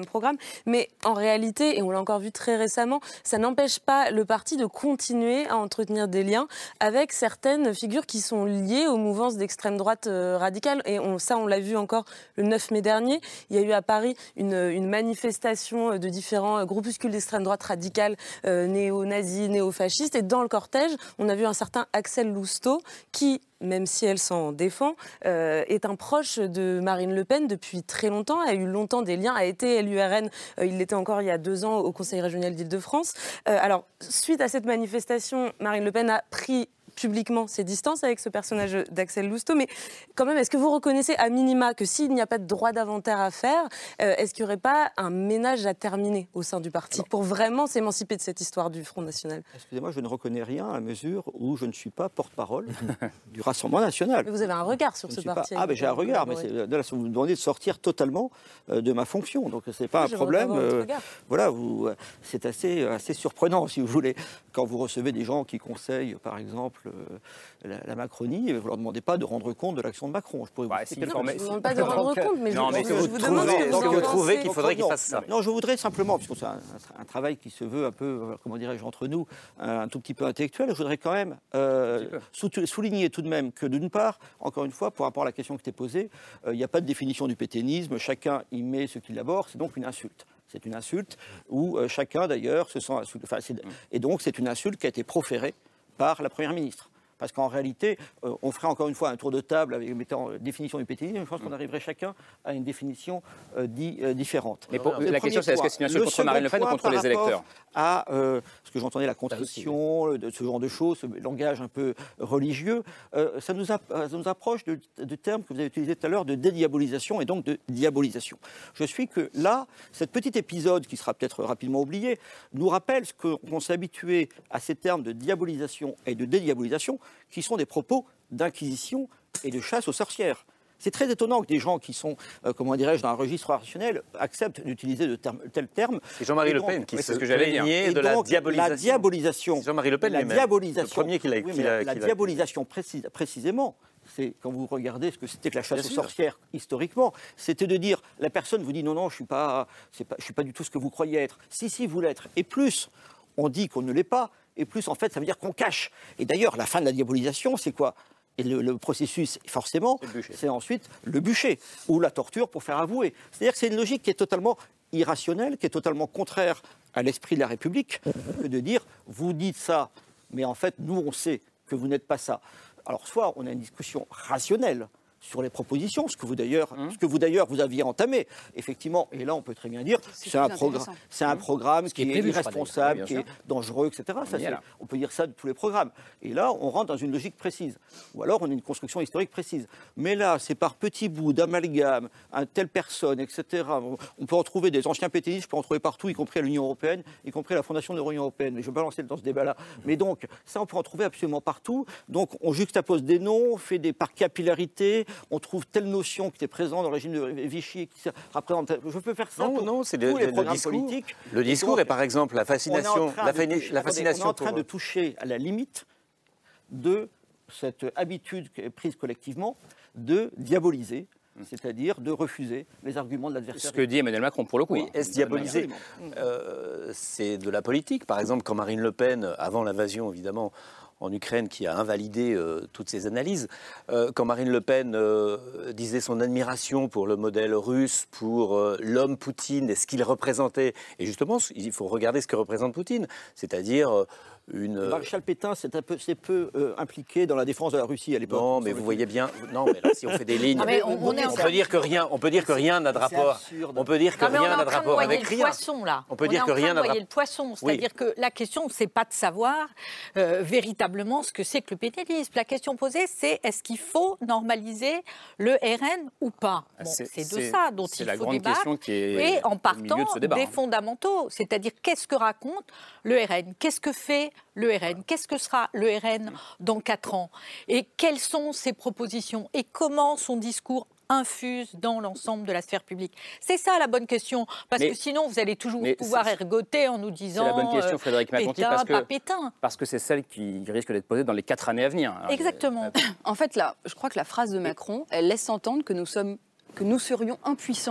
même programme. Mais en réalité, et on l'a encore vu très récemment, ça n'empêche pas le parti de continuer à entretenir des liens avec certaines figures qui sont liées aux mouvances d'extrême droite euh, radicale. Et on, ça, on l'a vu encore le neuf mai dernier. Il y a eu à Paris une, une manifestation de différents groupuscules d'extrême droite radicale, euh, néo-nazis, néo-fascistes. Et dans le cortège, on a vu un certain Axel Lousteau qui, même si elle s'en défend, euh, est un proche de Marine Le Pen depuis très longtemps, a eu longtemps des liens, a été L U R N, euh, il l'était encore il y a deux ans au Conseil régional d'Île-de-France. Euh, alors, suite à cette manifestation, Marine Le Pen a pris publiquement ses distances avec ce personnage d'Axel Lousteau, mais quand même, est-ce que vous reconnaissez à minima que s'il n'y a pas de droit d'inventaire à faire, euh, est-ce qu'il n'y aurait pas un ménage à terminer au sein du parti Alors, pour vraiment s'émanciper de cette histoire du Front National? Excusez-moi, je ne reconnais rien à mesure où je ne suis pas porte-parole du Rassemblement National. Mais vous avez un regard sur je ce parti. Pas... Ah, mais j'ai un regard, mais c'est... là, vous me demandez de sortir totalement euh, de ma fonction, donc c'est pas oui, un problème. Euh, voilà, vous, euh, c'est assez, assez surprenant, si vous voulez, quand vous recevez des gens qui conseillent, par exemple, Euh, la, la Macronie, vous ne leur demandez pas de rendre compte de l'action de Macron. Je pourrais bah, vous si non, je ne vous demande pas de rendre compte, mais non, je, mais je, que vous, je vous trouvez, demande ce que vous, vous trouvez qu'il faudrait qu'il fasse ça. Non, je voudrais simplement, puisque c'est un, un travail qui se veut un peu, comment dirais-je, entre nous, un, un tout petit peu intellectuel, je voudrais quand même euh, sou, souligner tout de même que d'une part, encore une fois, par rapport à la question qui était posée, il euh, n'y a pas de définition du pétainisme, chacun y met ce qu'il aborde, c'est donc une insulte. C'est une insulte où euh, chacun d'ailleurs se sent insulté. Enfin, c'est, et donc c'est une insulte qui a été proférée par la Première ministre. Parce qu'en réalité, euh, on ferait encore une fois un tour de table avec mettant euh, définition du pétainisme. Je pense qu'on arriverait chacun à une définition euh, dit, euh, différente. Mais pour, la question, c'est est-ce que c'est une insulte contre Marine Le Pen ou contre les électeurs? À euh, ce que j'entendais, la contrition, de ce genre de choses, ce langage un peu religieux, euh, ça, nous a, ça nous approche de, de termes que vous avez utilisés tout à l'heure de dédiabolisation et donc de diabolisation. Je suis que là, cet petit épisode qui sera peut-être rapidement oublié, nous rappelle ce qu'on s'est habitué à ces termes de diabolisation et de dédiabolisation, qui sont des propos d'inquisition et de chasse aux sorcières. C'est très étonnant que des gens qui sont, euh, comment dirais-je, dans un registre rationnel acceptent d'utiliser de terme, tels termes. C'est Jean-Marie Le Pen qui se plaignait de la diabolisation. La diabolisation. Jean-Marie Le Pen la lui-même. Diabolisation. Le premier qui l'a oui, La, la diabolisation, précise, précisément, c'est quand vous regardez ce que c'était que la chasse Bien aux sûr. sorcières historiquement, c'était de dire, la personne vous dit non, non, je ne suis, pas, c'est pas, je suis pas du tout ce que vous croyez être. Si, si, vous l'êtes. Et plus on dit qu'on ne l'est pas, et plus en fait ça veut dire qu'on cache. Et d'ailleurs, la fin de la diabolisation, c'est quoi? Et le, le processus, forcément, c'est, c'est ensuite le bûcher, ou la torture pour faire avouer. C'est-à-dire que c'est une logique qui est totalement irrationnelle, qui est totalement contraire à l'esprit de la République, que de dire, vous dites ça, mais en fait, nous, on sait que vous n'êtes pas ça. Alors, soit on a une discussion rationnelle sur les propositions, ce que vous d'ailleurs, mmh. ce que vous d'ailleurs vous aviez entamé, effectivement. Et là, on peut très bien dire, c'est, c'est, un, progr- c'est un programme qui, qui est, prévu, irresponsable, oui, qui est dangereux, et cetera. Ça, c'est, on peut dire ça de tous les programmes. Et là, on rentre dans une logique précise. Ou alors, on a une construction historique précise. Mais là, c'est par petits bouts d'amalgame, un telle personne, et cetera. On peut en trouver des anciens pétainistes, je peux en trouver partout, y compris à l'Union européenne, y compris à la fondation de l'Union européenne. Mais je ne vais pas lancer dans ce débat-là. Mais donc, ça, on peut en trouver absolument partout. Donc, on juxtapose des noms, on fait des par capillarité. On trouve telle notion qui était présente dans le régime de Vichy et qui se représente. Je peux faire ça. Non, pour non, c'est tous le, les le programmes discours. politiques. Le discours est par exemple la fascination. La, toucher, la fascination. On est en train pour... de toucher à la limite de cette habitude prise collectivement de diaboliser. C'est-à-dire de refuser les arguments de l'adversaire. Ce que dit Emmanuel Macron, pour le coup. Oui, est-ce diaboliser euh, C'est de la politique. Par exemple, quand Marine Le Pen, avant l'invasion évidemment, en Ukraine, qui a invalidé euh, toutes ces analyses. Euh, quand Marine Le Pen euh, disait son admiration pour le modèle russe, pour euh, l'homme Poutine et ce qu'il représentait, et justement, il faut regarder ce que représente Poutine, c'est-à-dire euh, une... Le maréchal Pétain s'est un peu, c'est peu euh, impliqué dans la défense de la Russie à l'époque. Non, mais vous voyez bien... Non, mais là, si on fait des lignes... Non, on, on, on peut dire que rien, on peut dire que rien n'a de rapport... On peut dire que non, rien n'a de rapport avec le rien. Poisson, là. On peut on dire que rien n'a de rapport... le poisson, c'est-à-dire oui. que la question, c'est pas de savoir euh, véritablement ce que c'est que le pétainisme. La question posée, c'est est-ce qu'il faut normaliser le R N ou pas? Bon, c'est, c'est de c'est, ça dont il faut débattre. Et en partant de débat, des hein. fondamentaux, c'est-à-dire qu'est-ce que raconte le R N? Qu'est-ce que fait le R N? Qu'est-ce que sera le R N dans quatre ans? Et quelles sont ses propositions? Et comment son discours infuse dans l'ensemble de la sphère publique? C'est ça la bonne question, parce mais, que sinon vous allez toujours pouvoir ergoter en nous disant... C'est la bonne question, Frédérique euh, Maconti, Pétain, parce, que, Pétain. parce que c'est celle qui risque d'être posée dans les quatre années à venir. Exactement. Euh, en fait, là, je crois que la phrase de Macron, elle laisse entendre que nous, sommes, que nous serions impuissants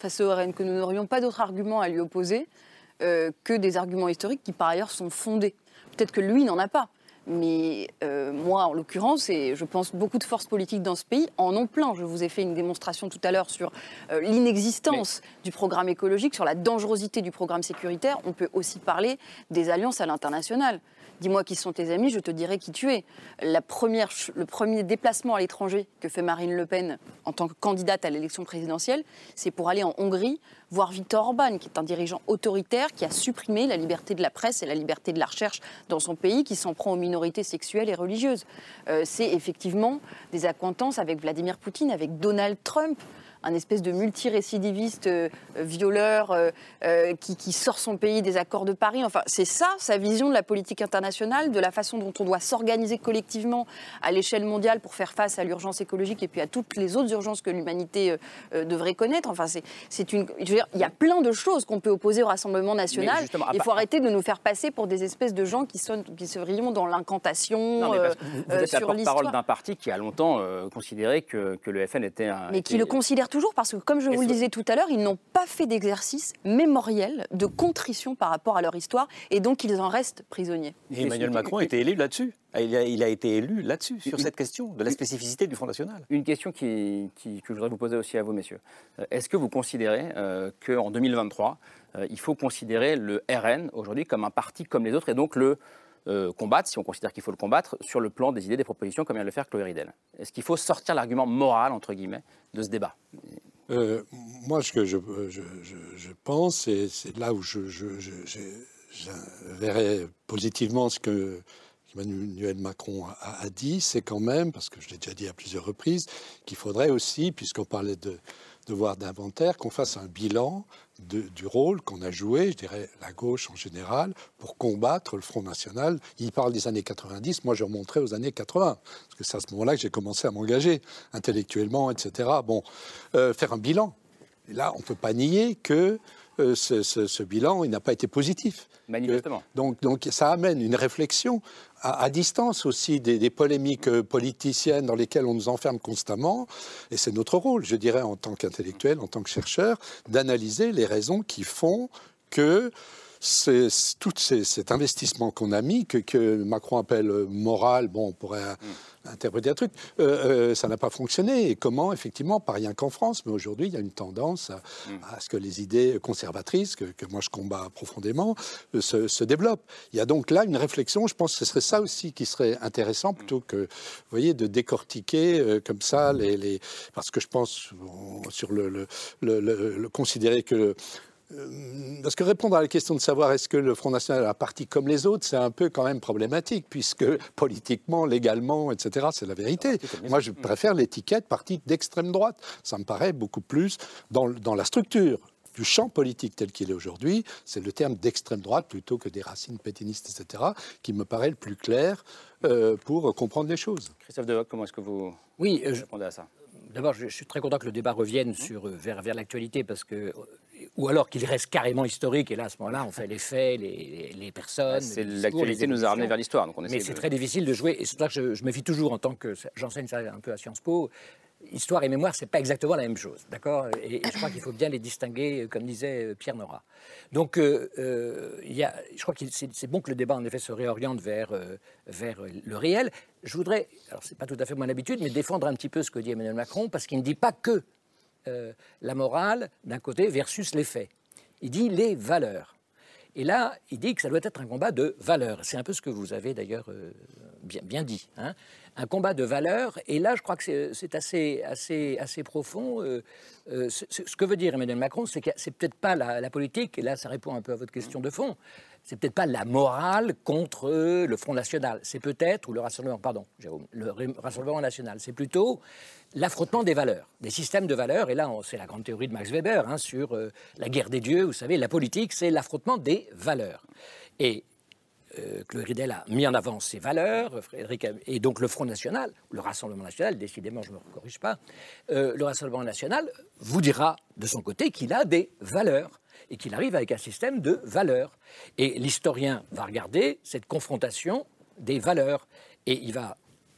face au R N, que nous n'aurions pas d'autres arguments à lui opposer euh, que des arguments historiques qui, par ailleurs, sont fondés. Peut-être que lui n'en a pas. Mais euh, moi, en l'occurrence, et je pense beaucoup de forces politiques dans ce pays en ont plein. Je vous ai fait une démonstration tout à l'heure sur euh, l'inexistence Mais... du programme écologique, sur la dangerosité du programme sécuritaire. On peut aussi parler des alliances à l'international. Dis-moi qui sont tes amis, je te dirai qui tu es. La première, le premier déplacement à l'étranger que fait Marine Le Pen en tant que candidate à l'élection présidentielle, c'est pour aller en Hongrie voir Viktor Orban, qui est un dirigeant autoritaire qui a supprimé la liberté de la presse et la liberté de la recherche dans son pays, qui s'en prend aux minorités sexuelles et religieuses. Euh, c'est effectivement des accointances avec Vladimir Poutine, avec Donald Trump, un espèce de multirécidiviste euh, violeur euh, euh, qui, qui sort son pays des accords de Paris. Enfin, c'est ça, sa vision de la politique internationale, de la façon dont on doit s'organiser collectivement à l'échelle mondiale pour faire face à l'urgence écologique et puis à toutes les autres urgences que l'humanité euh, euh, devrait connaître. Enfin, c'est, c'est une, je veux dire, il y a plein de choses qu'on peut opposer au Rassemblement national. Il faut arrêter de nous faire passer pour des espèces de gens qui, sont, qui serions dans l'incantation. Non, mais parce que vous, vous euh, êtes la porte-parole d'un parti qui a longtemps euh, considéré que, que le F N était un... Mais était... qui le considère toujours, parce que, comme je vous le disais tout à l'heure, ils n'ont pas fait d'exercice mémoriel de contrition par rapport à leur histoire, et donc ils en restent prisonniers. Et Emmanuel Macron a été élu là-dessus. Il a, il a été élu là-dessus, sur cette question de la spécificité du Front National. Une question qui, qui, que je voudrais vous poser aussi à vous, messieurs. Est-ce que vous considérez euh, qu'en deux mille vingt-trois, euh, il faut considérer le R N aujourd'hui comme un parti comme les autres, et donc le Euh, combattre, si on considère qu'il faut le combattre, sur le plan des idées, des propositions, comme vient de le faire Chloé Ridel? Est-ce qu'il faut sortir l'argument moral, entre guillemets, de ce débat? euh, Moi, ce que je, je, je, je pense, et c'est là où je, je, je, je, je verrais positivement ce que Emmanuel Macron a, a dit, c'est quand même, parce que je l'ai déjà dit à plusieurs reprises, qu'il faudrait aussi, puisqu'on parlait de devoir d'inventaire, qu'on fasse un bilan de, du rôle qu'on a joué, je dirais la gauche en général, pour combattre le Front National. Il parle des années quatre-vingt-dix, moi je remonterai aux années quatre-vingts, parce que c'est à ce moment-là que j'ai commencé à m'engager intellectuellement, et cetera. Bon, euh, faire un bilan. Et là, on ne peut pas nier que euh, ce, ce, ce bilan, il n'a pas été positif. Manifestement. Euh, donc, donc ça amène une réflexion à, à distance aussi des, des polémiques politiciennes dans lesquelles on nous enferme constamment. Et c'est notre rôle, je dirais, en tant qu'intellectuel, en tant que chercheur, d'analyser les raisons qui font que c'est, c'est, tout ces, cet investissement qu'on a mis, que, que Macron appelle moral, bon, on pourrait mmh. interpréter un truc, euh, euh, ça n'a pas fonctionné. Et comment, effectivement, pas rien qu'en France, mais aujourd'hui, il y a une tendance à, mmh. à ce que les idées conservatrices, que, que moi je combats profondément, euh, se, se développent. Il y a donc là une réflexion, je pense que ce serait ça aussi qui serait intéressant, plutôt que, vous voyez, de décortiquer euh, comme ça, les, les, parce que je pense, on, sur le, le, le, le, le considérer que... Parce que répondre à la question de savoir est-ce que le Front National est un parti comme les autres, c'est un peu quand même problématique, puisque politiquement, légalement, et cetera, c'est la vérité. Moi, je préfère l'étiquette parti d'extrême droite. Ça me paraît beaucoup plus dans, dans la structure du champ politique tel qu'il est aujourd'hui, c'est le terme d'extrême droite plutôt que des racines pétainistes, et cetera, qui me paraît le plus clair euh, pour comprendre les choses. Christophe Dehoc, comment est-ce que vous oui, euh, répondez à ça? D'abord, je, je suis très content que le débat revienne sur, vers, vers l'actualité, parce que, ou alors qu'il reste carrément historique, et là, à ce moment-là, on fait les faits, les, les, les personnes. C'est les l'actualité nous a ramené vers l'histoire. Donc on Mais c'est de... très difficile de jouer, et c'est pour ça que je, je me fie toujours, en tant que j'enseigne ça un peu à Sciences Po, histoire et mémoire, c'est pas exactement la même chose, d'accord, et, et je crois qu'il faut bien les distinguer, comme disait Pierre Nora. Donc, euh, euh, y a, je crois que c'est, c'est bon que le débat, en effet, se réoriente vers, euh, vers le réel. Je voudrais, alors c'est pas tout à fait mon habitude, mais défendre un petit peu ce que dit Emmanuel Macron, parce qu'il ne dit pas que euh, la morale, d'un côté, versus les faits. Il dit les valeurs. Et là, il dit que ça doit être un combat de valeurs. C'est un peu ce que vous avez d'ailleurs euh, bien, bien dit, hein. Un combat de valeurs, et là je crois que c'est, c'est assez, assez, assez profond. Euh, euh, ce, ce que veut dire Emmanuel Macron, c'est que c'est peut-être pas la, la politique, et là ça répond un peu à votre question de fond, c'est peut-être pas la morale contre le Front National, c'est peut-être, ou le Rassemblement, pardon, Jérôme, le Rassemblement National, c'est plutôt l'affrontement des valeurs, des systèmes de valeurs, et là on, c'est la grande théorie de Max Weber, hein, sur euh, la guerre des dieux, vous savez, la politique c'est l'affrontement des valeurs. Et Euh, Chloé Ridel a mis en avant ses valeurs, Frédéric a, et donc le Front National, le Rassemblement National, décidément je ne me corrige pas, euh, le Rassemblement National vous dira de son côté qu'il a des valeurs et qu'il arrive avec un système de valeurs. Et l'historien va regarder cette confrontation des valeurs et il va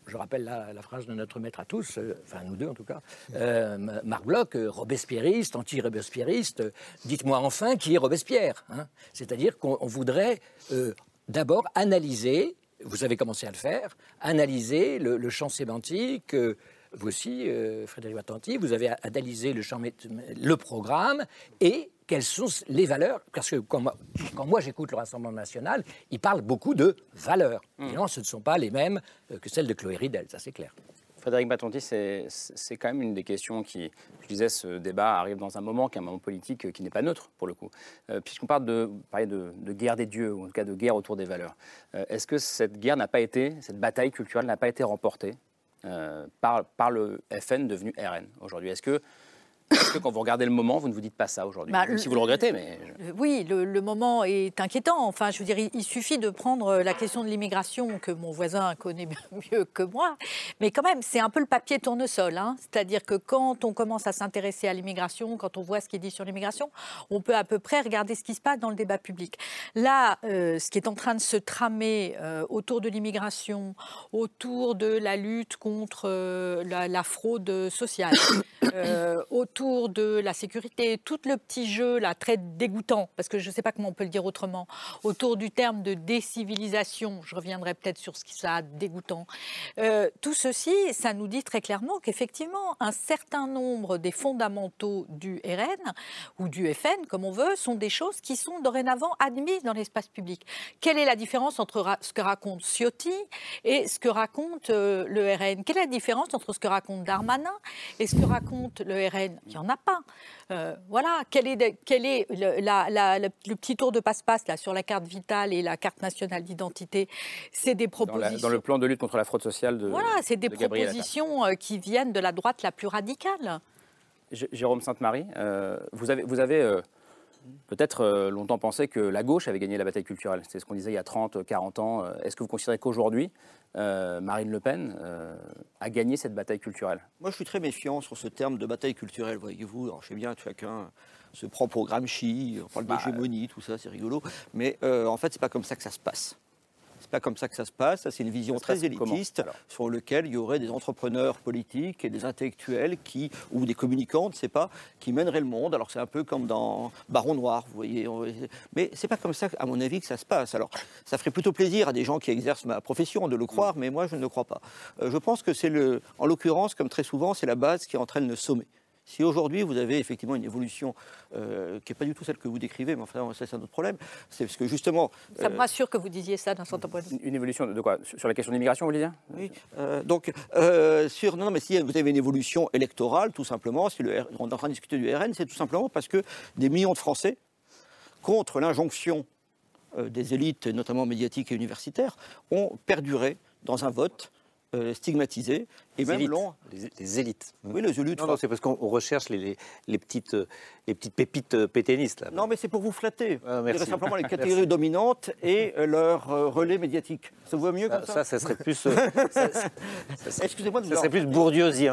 je rappelle la, la phrase de notre maître à tous, euh, enfin nous deux en tout cas, euh, Marc Bloch, euh, robespierriste, anti-robespierriste, euh, dites-moi enfin qui est Robespierre, hein. C'est-à-dire qu'on voudrait euh, d'abord analyser, vous avez commencé à le faire, analyser le, le champ sémantique, euh, vous aussi, euh, Frédéric Battanti, vous avez analysé le champ, le programme et quelles sont les valeurs, parce que quand moi, quand moi j'écoute le Rassemblement national, il parle beaucoup de valeurs. Mmh. Et non, ce ne sont pas les mêmes que celles de Chloé Ridel, ça c'est clair. Frédéric Battanti, c'est, c'est quand même une des questions qui, je disais, ce débat arrive dans un moment qui est un moment politique qui n'est pas neutre, pour le coup. Euh, puisqu'on parle de, de, de guerre des dieux, ou en tout cas de guerre autour des valeurs, euh, est-ce que cette guerre n'a pas été, cette bataille culturelle n'a pas été remportée euh, par, par le F N devenu R N aujourd'hui? Est-ce que Est-ce que quand vous regardez le moment, vous ne vous dites pas ça aujourd'hui? bah, Même si vous le regrettez, mais... Oui, le, le moment est inquiétant. Enfin, je veux dire, il, il suffit de prendre la question de l'immigration, que mon voisin connaît mieux que moi. Mais quand même, c'est un peu le papier tournesol. Hein. C'est-à-dire que quand on commence à s'intéresser à l'immigration, quand on voit ce qui est dit sur l'immigration, on peut à peu près regarder ce qui se passe dans le débat public. Là, euh, ce qui est en train de se tramer euh, autour de l'immigration, autour de la lutte contre euh, la, la fraude sociale, euh, autour autour de la sécurité, tout le petit jeu là, très dégoûtant, parce que je ne sais pas comment on peut le dire autrement, autour du terme de décivilisation, je reviendrai peut-être sur ce qui ça a dégoûtant. Euh, tout ceci, ça nous dit très clairement qu'effectivement, un certain nombre des fondamentaux du R N ou du F N, comme on veut, sont des choses qui sont dorénavant admises dans l'espace public. Quelle est la différence entre ra- ce que raconte Ciotti et ce que raconte euh, le R N? Quelle est la différence entre ce que raconte Darmanin et ce que raconte le R N? Il n'y en a pas. Euh, voilà. Quel est, quel est le, la, la, le, le petit tour de passe-passe là, sur la carte vitale et la carte nationale d'identité? C'est des propositions... Dans, la, dans le plan de lutte contre la fraude sociale de Voilà, c'est des de propositions Attal. Qui viennent de la droite la plus radicale. J- Jérôme Sainte-Marie, euh, vous avez... Vous avez euh, peut-être euh, longtemps pensé que la gauche avait gagné la bataille culturelle. C'est ce qu'on disait il y a trente, quarante ans. Est-ce que vous considérez qu'aujourd'hui, euh, Marine Le Pen euh, a gagné cette bataille culturelle? Moi, je suis très méfiant sur ce terme de bataille culturelle, voyez-vous. Alors, je sais bien que chacun se prend pour Gramsci, on parle bah, d'hégémonie, tout ça, c'est rigolo. Mais euh, en fait, c'est pas comme ça que ça se passe. C'est pas comme ça que ça se passe. Ça, c'est une vision très élitiste sur laquelle il y aurait des entrepreneurs politiques et des intellectuels qui, ou des communicants, on ne sait pas, qui mèneraient le monde. Alors c'est un peu comme dans Baron Noir, vous voyez. Mais c'est pas comme ça, à mon avis, que ça se passe. Alors ça ferait plutôt plaisir à des gens qui exercent ma profession de le croire, mais moi je ne le crois pas. Euh, je pense que c'est le, en l'occurrence, comme très souvent, c'est la base qui entraîne le sommet. Si aujourd'hui vous avez effectivement une évolution euh, qui n'est pas du tout celle que vous décrivez, mais enfin ça c'est un autre problème, c'est parce que justement... Ça euh, me rassure que vous disiez ça d'un certain point de vue. Une évolution de quoi? Sur la question de l'immigration, vous voulez dire? Oui, euh, donc euh, sur... Non, non, mais si vous avez une évolution électorale, tout simplement, si le R... on est en train de discuter du R N, c'est tout simplement parce que des millions de Français, contre l'injonction euh, des élites, notamment médiatiques et universitaires, ont perduré dans un vote Euh, stigmatisés et les même élites. l'ont... Les, les élites. Oui, les élites. Non, non, c'est parce qu'on recherche les, les, les, petites, les petites pépites pétainistes. Là. Non, mais c'est pour vous flatter. Ah, merci. C'est simplement les catégories dominantes et euh, leur euh, relais médiatique. Ça vous va mieux comme ça? Ça, ça serait plus... Euh, ça, ça, ça, Excusez-moi de ça serait plus bourdieusien.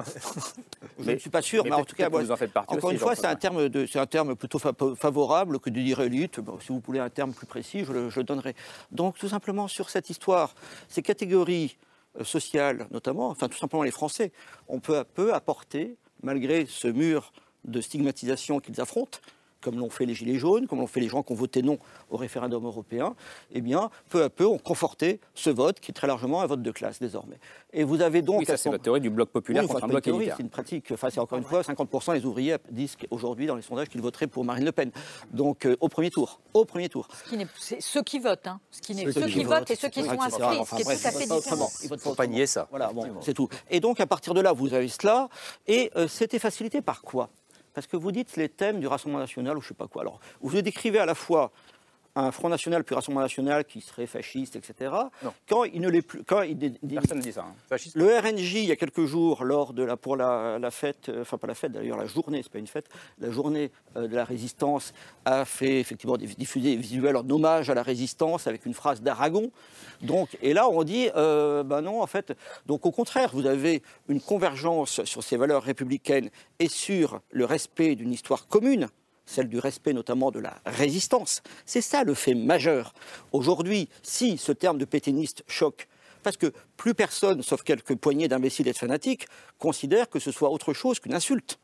Je ne suis pas sûr, mais, mais en tout cas, moi, vous en faites partie encore aussi, une fois, c'est un, terme de, c'est un terme plutôt fa- favorable que de dire élite. Bon, si vous voulez un terme plus précis, je le, je le donnerai. Donc, tout simplement, sur cette histoire, ces catégories sociales, notamment, enfin tout simplement les Français, ont peu à peu apporté, malgré ce mur de stigmatisation qu'ils affrontent, comme l'ont fait les Gilets jaunes, comme l'ont fait les gens qui ont voté non au référendum européen, eh bien, peu à peu, ont conforté ce vote, qui est très largement un vote de classe, désormais. Et vous avez donc... Oui, ça, c'est votre théorie du bloc populaire oui, contre un bloc élitaire. C'est une pratique, enfin, c'est encore une fois, cinquante pour cent des ouvriers disent aujourd'hui, dans les sondages, qu'ils voteraient pour Marine Le Pen. Donc, euh, au premier tour. Au premier tour. Ce qui n'est, c'est ceux qui votent, hein. Ce qui n'est, ceux, ceux qui, qui votent et ceux qui sont inscrits, enfin, ce qui est bref, tout à fait différent. Il ne faut pas nier ça. Voilà, bon, c'est tout. Et donc, à partir de là, vous avez cela, et euh, c'était facilité par quoi? Parce que vous dites les thèmes du Rassemblement national ou je ne sais pas quoi. Alors, vous décrivez à la fois un Front national puis Rassemblement national qui serait fasciste, et cetera. Non. Quand il ne l'est plus... Quand il, il, Personne ne dit ça. Hein. Fasciste. Le R N J, il y a quelques jours, lors de la, pour la, la fête, enfin pas la fête d'ailleurs, la journée, c'est pas une fête, la journée euh, de la résistance, a fait effectivement diffuser des visuels en hommage à la résistance avec une phrase d'Aragon. Donc, et là, on dit, euh, ben non, en fait, donc au contraire, vous avez une convergence sur ces valeurs républicaines et sur le respect d'une histoire commune, celle du respect notamment de la résistance. C'est ça le fait majeur. Aujourd'hui, si ce terme de pétainiste choque Parce que plus personne, sauf quelques poignées d'imbéciles et de fanatiques, considère que ce soit autre chose qu'une insulte.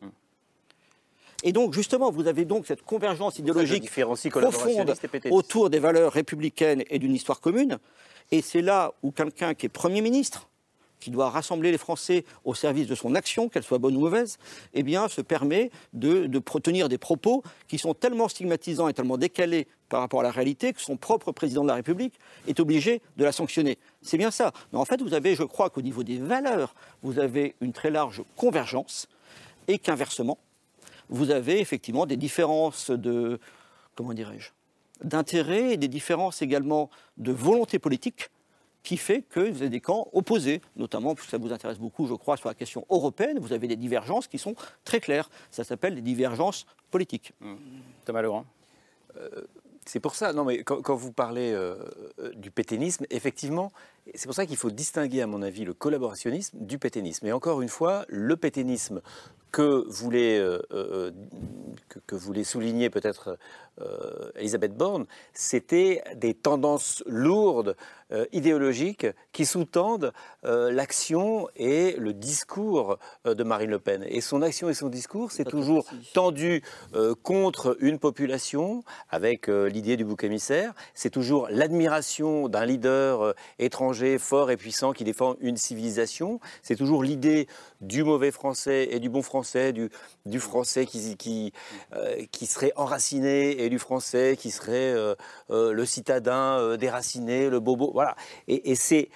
Et donc, justement, vous avez donc cette convergence idéologique profonde autour des valeurs républicaines et d'une histoire commune. Et c'est là où quelqu'un qui est Premier ministre, qui doit rassembler les Français au service de son action, qu'elle soit bonne ou mauvaise, eh bien, se permet de, de tenir des propos qui sont tellement stigmatisants et tellement décalés par rapport à la réalité que son propre président de la République est obligé de la sanctionner. C'est bien ça. Mais en fait, vous avez, je crois qu'au niveau des valeurs, vous avez une très large convergence et qu'inversement, vous avez effectivement des différences de, comment dirais-je, d'intérêt et des différences également de volonté politique qui fait que vous avez des camps opposés, notamment, puisque ça vous intéresse beaucoup, je crois, sur la question européenne, vous avez des divergences qui sont très claires. Ça s'appelle des divergences politiques. Mmh. Thomas Legrand. euh, C'est pour ça, non mais quand, quand vous parlez euh, du pétainisme, effectivement, c'est pour ça qu'il faut distinguer, à mon avis, le collaborationnisme du pétainisme. Et encore une fois, le pétainisme que voulait, euh, euh, que, que voulait souligner peut-être euh, Elisabeth Borne, c'était des tendances lourdes, euh, idéologiques, qui sous-tendent euh, l'action et le discours euh, de Marine Le Pen. Et son action et son discours, c'est toujours tendu euh, contre une population, avec euh, l'idée du bouc émissaire, c'est toujours l'admiration d'un leader euh, étranger fort et puissant qui défend une civilisation, c'est toujours l'idée du mauvais français et du bon français, du, du français qui, qui, euh, qui serait enraciné et du français qui serait euh, euh, le citadin euh, déraciné, le bobo, voilà. Et, et ces,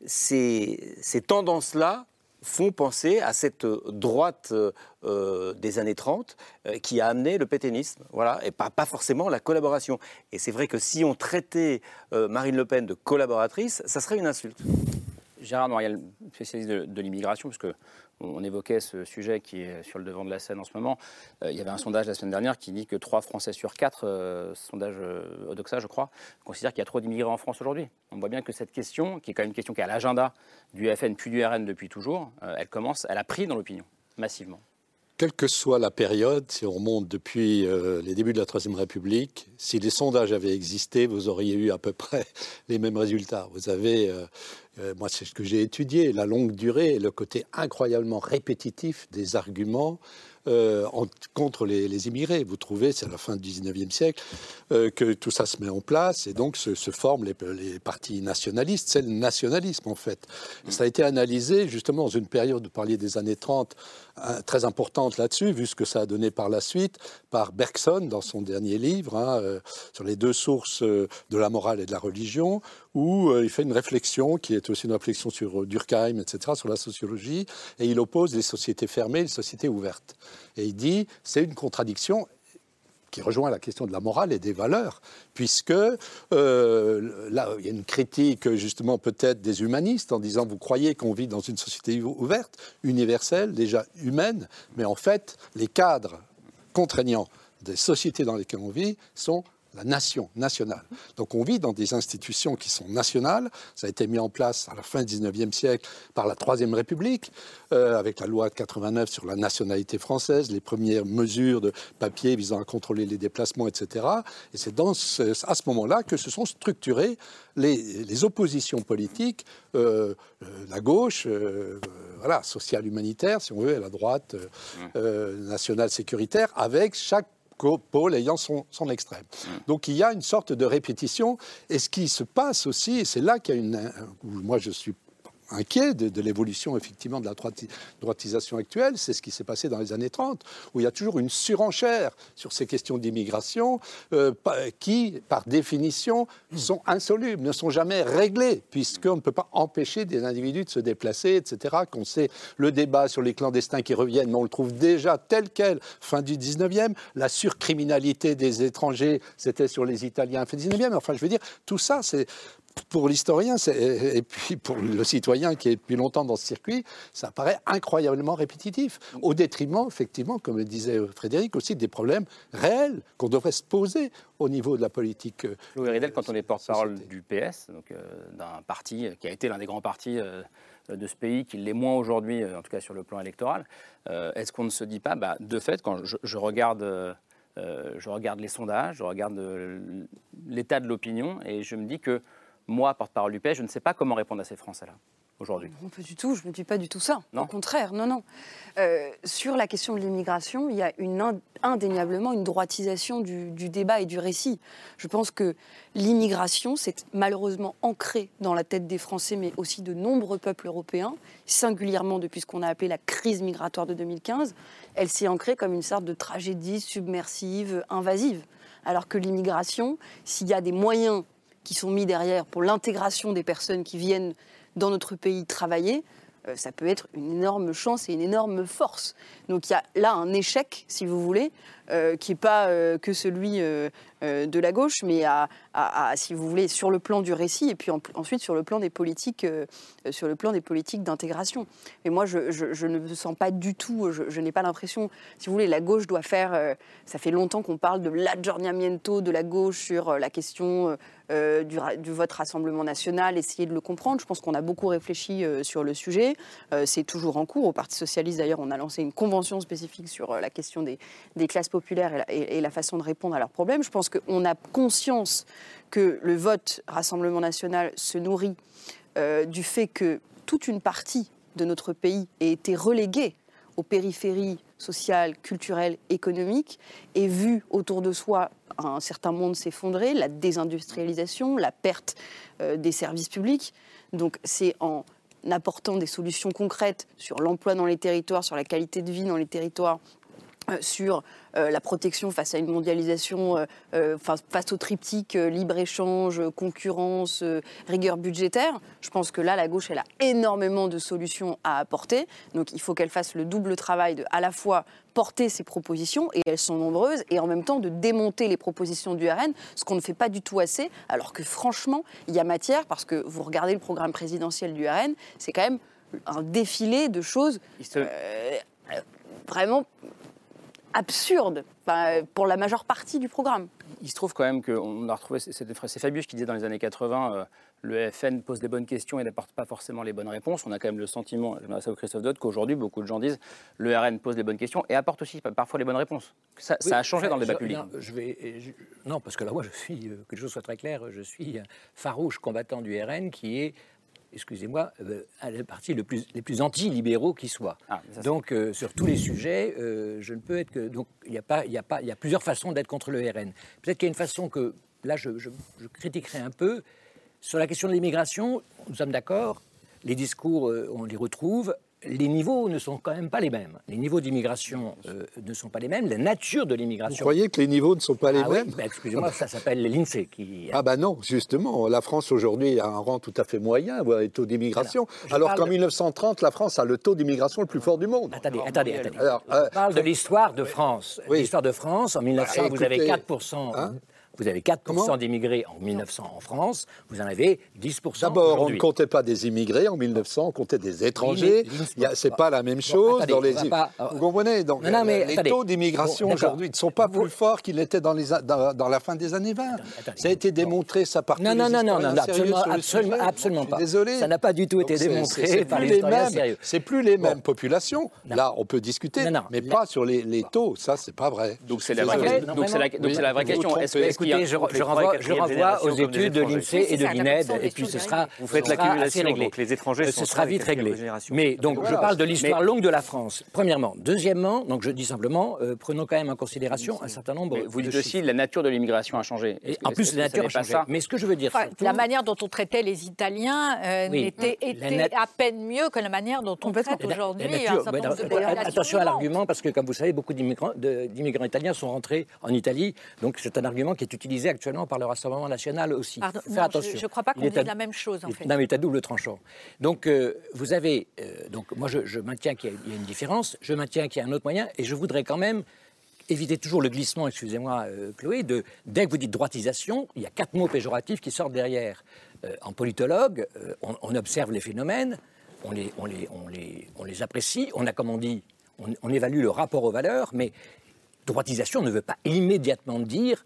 ces, ces tendances-là font penser à cette droite euh, des années trente euh, qui a amené le pétainisme, voilà, et pas, pas forcément la collaboration. Et c'est vrai que si on traitait euh, Marine Le Pen de collaboratrice, ça serait une insulte. Gérard Noiriel, spécialiste de, de l'immigration, puisque on évoquait ce sujet qui est sur le devant de la scène en ce moment. Euh, il y avait un sondage la semaine dernière qui dit que trois Français sur quatre, euh, sondage euh, Odoxa je crois, considèrent qu'il y a trop d'immigrés en France aujourd'hui. On voit bien que cette question, qui est quand même une question qui est à l'agenda du F N puis du R N depuis toujours, euh, elle commence, elle a pris dans l'opinion, massivement. Quelle que soit la période, si on remonte depuis euh, les débuts de la Troisième République, si les sondages avaient existé, vous auriez eu à peu près les mêmes résultats. Vous avez, euh, euh, moi c'est ce que j'ai étudié, la longue durée et le côté incroyablement répétitif des arguments euh, en, contre les, les immigrés. Vous trouvez, c'est à la fin du dix-neuvième siècle, euh, que tout ça se met en place et donc se, se forment les, les partis nationalistes. C'est le nationalisme en fait. Et ça a été analysé justement dans une période, vous parliez des années trente, très importante là-dessus, vu ce que ça a donné par la suite, par Bergson dans son dernier livre, hein, euh, sur les deux sources euh, de la morale et de la religion, où euh, il fait une réflexion qui est aussi une réflexion sur Durkheim, et cetera, sur la sociologie, et il oppose les sociétés fermées et les sociétés ouvertes. Et il dit, c'est une contradiction qui rejoint la question de la morale et des valeurs, puisque euh, là, il y a une critique justement peut-être des humanistes en disant, vous croyez qu'on vit dans une société ouverte, universelle, déjà humaine, mais en fait, les cadres contraignants des sociétés dans lesquelles on vit sont la nation, nationale. Donc on vit dans des institutions qui sont nationales. Ça a été mis en place à la fin du dix-neuvième siècle par la Troisième République, euh, avec la loi de quatre-vingt-neuf sur la nationalité française, les premières mesures de papier visant à contrôler les déplacements, et cetera. Et c'est dans ce, à ce moment-là que se sont structurées les, les oppositions politiques, euh, euh, la gauche, euh, voilà, sociale-humanitaire, si on veut, et la droite, euh, nationale sécuritaire, avec chaque pôle ayant son, son extrême. Donc il y a une sorte de répétition. Et ce qui se passe aussi, et c'est là qu'il y a une... où moi je suis inquiet de, de l'évolution effectivement de la droiti, droitisation actuelle, c'est ce qui s'est passé dans les années trente, où il y a toujours une surenchère sur ces questions d'immigration euh, qui, par définition, sont insolubles, ne sont jamais réglées, puisqu'on ne peut pas empêcher des individus de se déplacer, et cetera. Qu'on sait le débat sur les clandestins qui reviennent, mais on le trouve déjà tel quel, fin du dix-neuvième, la surcriminalité des étrangers, c'était sur les Italiens, fin du dix-neuvième, enfin je veux dire, tout ça, c'est... Pour l'historien et puis pour le citoyen qui est depuis longtemps dans ce circuit, ça paraît incroyablement répétitif, au détriment, effectivement, comme le disait Frédéric, aussi des problèmes réels qu'on devrait se poser au niveau de la politique. Louis Ridel, quand on est porte-parole du P S, donc euh, d'un parti qui a été l'un des grands partis euh, de ce pays, qui l'est moins aujourd'hui, en tout cas sur le plan électoral, euh, est-ce qu'on ne se dit pas, bah, de fait, quand je, je regarde... Euh, Euh, je regarde les sondages, je regarde euh, l'état de l'opinion et je me dis que moi, porte-parole du P S, je ne sais pas comment répondre à ces Français-là aujourd'hui. Non, pas du tout, je ne me dis pas du tout ça. Non. Au contraire, non, non. Euh, sur la question de l'immigration, il y a une, indéniablement une droitisation du, du débat et du récit. Je pense que l'immigration, c'est malheureusement ancré dans la tête des Français, mais aussi de nombreux peuples européens, singulièrement depuis ce qu'on a appelé la crise migratoire de deux mille quinze. Elle s'est ancrée comme une sorte de tragédie submersive, invasive. Alors que l'immigration, s'il y a des moyens qui sont mis derrière pour l'intégration des personnes qui viennent dans notre pays travailler, euh, ça peut être une énorme chance et une énorme force. Donc il y a là un échec, si vous voulez, euh, qui n'est pas euh, que celui euh, euh, de la gauche, mais à, à, à, si vous voulez, sur le plan du récit et puis en, ensuite sur le plan des politiques, euh, sur le plan des politiques d'intégration. Et moi, je, je, je ne me sens pas du tout, je, je n'ai pas l'impression, si vous voulez, la gauche doit faire. Euh, ça fait longtemps qu'on parle de l'aggiornamento de la gauche sur euh, la question. Euh, Euh, du, du vote Rassemblement National, essayer de le comprendre. Je pense qu'on a beaucoup réfléchi euh, sur le sujet. Euh, c'est toujours en cours. Au Parti Socialiste, d'ailleurs, on a lancé une convention spécifique sur euh, la question des, des classes populaires et la, et, et la façon de répondre à leurs problèmes. Je pense qu'on a conscience que le vote Rassemblement National se nourrit euh, du fait que toute une partie de notre pays ait été reléguée aux périphéries sociales, culturelles, économiques, et vu autour de soi un certain monde s'effondrer, la désindustrialisation, la perte euh, des services publics. Donc c'est en apportant des solutions concrètes sur l'emploi dans les territoires, sur la qualité de vie dans les territoires, euh, sur euh, la protection face à une mondialisation, euh, euh, face au triptyque euh, libre-échange, concurrence, euh, rigueur budgétaire. Je pense que là, la gauche, elle a énormément de solutions à apporter. Donc il faut qu'elle fasse le double travail de à la fois porter ses propositions, et elles sont nombreuses, et en même temps de démonter les propositions du R N, ce qu'on ne fait pas du tout assez, alors que franchement, il y a matière, parce que vous regardez le programme présidentiel du R N, c'est quand même un défilé de choses euh, vraiment absurdes, enfin, pour la majeure partie du programme. Il se trouve quand même qu'on a retrouvé, c'est Fabius qui disait dans les années quatre-vingts, euh, le F N pose des bonnes questions et n'apporte pas forcément les bonnes réponses. On a quand même le sentiment, je m'adresse à Christophe Daude, qu'aujourd'hui, beaucoup de gens disent le R N pose les bonnes questions et apporte aussi parfois les bonnes réponses. Ça, oui, ça a changé dans le débat je, public. Non, je vais, je, non, parce que là, moi, je suis, euh, que les choses soient très claires, je suis un farouche combattant du R N qui est, excusez-moi, euh, le parti le plus, les plus anti-libéraux qui soit. Ah, ça, donc, euh, sur tous les sujets, euh, je ne peux être que... Donc, il y a pas, il y a pas, il y a plusieurs façons d'être contre le R N. Peut-être qu'il y a une façon que, là, je, je, je critiquerai un peu. Sur la question de l'immigration, nous sommes d'accord, les discours, euh, on les retrouve. Les niveaux ne sont quand même pas les mêmes. Les niveaux d'immigration euh, ne sont pas les mêmes. La nature de l'immigration... Vous croyez que les niveaux ne sont pas les ah mêmes oui, bah, excusez-moi, ça s'appelle l'INSEE qui... Ah ben bah non, justement. La France aujourd'hui a un rang tout à fait moyen, voire les taux d'immigration. Alors, alors qu'en de... mille neuf cent trente, la France a le taux d'immigration le plus fort du monde. Attendez, alors, attendez, attendez. Alors, euh, on parle de l'histoire de France. Oui. L'histoire de France, en mille neuf cents, ah, vous avez quatre pour cent... Hein, vous avez quatre pour cent d'immigrés en mille neuf cents en France, vous en avez dix pour cent D'abord, aujourd'hui. on ne comptait pas des immigrés en mille neuf cents, on comptait des étrangers. Oui, ce n'est pas la même chose. Bon, attendez, dans les... pas... Vous comprenez donc, non, non, mais, les attendez. taux d'immigration bon, aujourd'hui ne sont pas plus forts qu'ils l'étaient dans, les, dans, dans la fin des années vingt. Attendez, attendez. Ça a été démontré, ça par tous non, les non, non, non, non, absolument, absolument, absolument pas. Désolé. Ça n'a pas du tout été donc, démontré c'est, c'est par les historiens sérieux. C'est plus les mêmes populations. Là, on peut discuter, mais pas sur les taux. Ça, c'est pas vrai. Donc c'est la vraie question. Écoutez, je renvoie Je renvoie aux études de l'INSEE et de l'I N E D, et puis ce sera, vous faites ce sera assez réglé. Donc les étrangers ce sera vite réglé. Mais donc, voilà, je parle de l'histoire mais... longue de la France, premièrement. Deuxièmement, donc je dis simplement, euh, prenons quand même en considération un certain nombre mais vous de dites aussi chiffres. La nature de l'immigration a changé. Et en plus, la nature a changé. Mais ce que je veux dire... Enfin, surtout... La manière dont on traitait les Italiens euh, oui. était, était nat... à peine mieux que la manière dont on traite aujourd'hui un certain nombre de populations. Attention à l'argument, parce que, comme vous savez, beaucoup d'immigrants, d'immigrants italiens sont rentrés en Italie. Donc c'est un argument qui est utilisé actuellement par le Rassemblement national aussi. Pardon, Faites non, attention. Je ne crois pas qu'on dise à... la même chose, en fait. Non, mais c'est à double tranchant. Donc, euh, vous avez... Euh, donc, moi, je, je maintiens qu'il y, y a une différence. Je maintiens qu'il y a un autre moyen. Et je voudrais quand même éviter toujours le glissement, excusez-moi, euh, Chloé, de, dès que vous dites droitisation, il y a quatre mots péjoratifs qui sortent derrière. Euh, en politologue, euh, on, on observe les phénomènes, on les, on, les, on, les, on les apprécie, on a, comme on dit, on, on évalue le rapport aux valeurs, mais droitisation ne veut pas immédiatement dire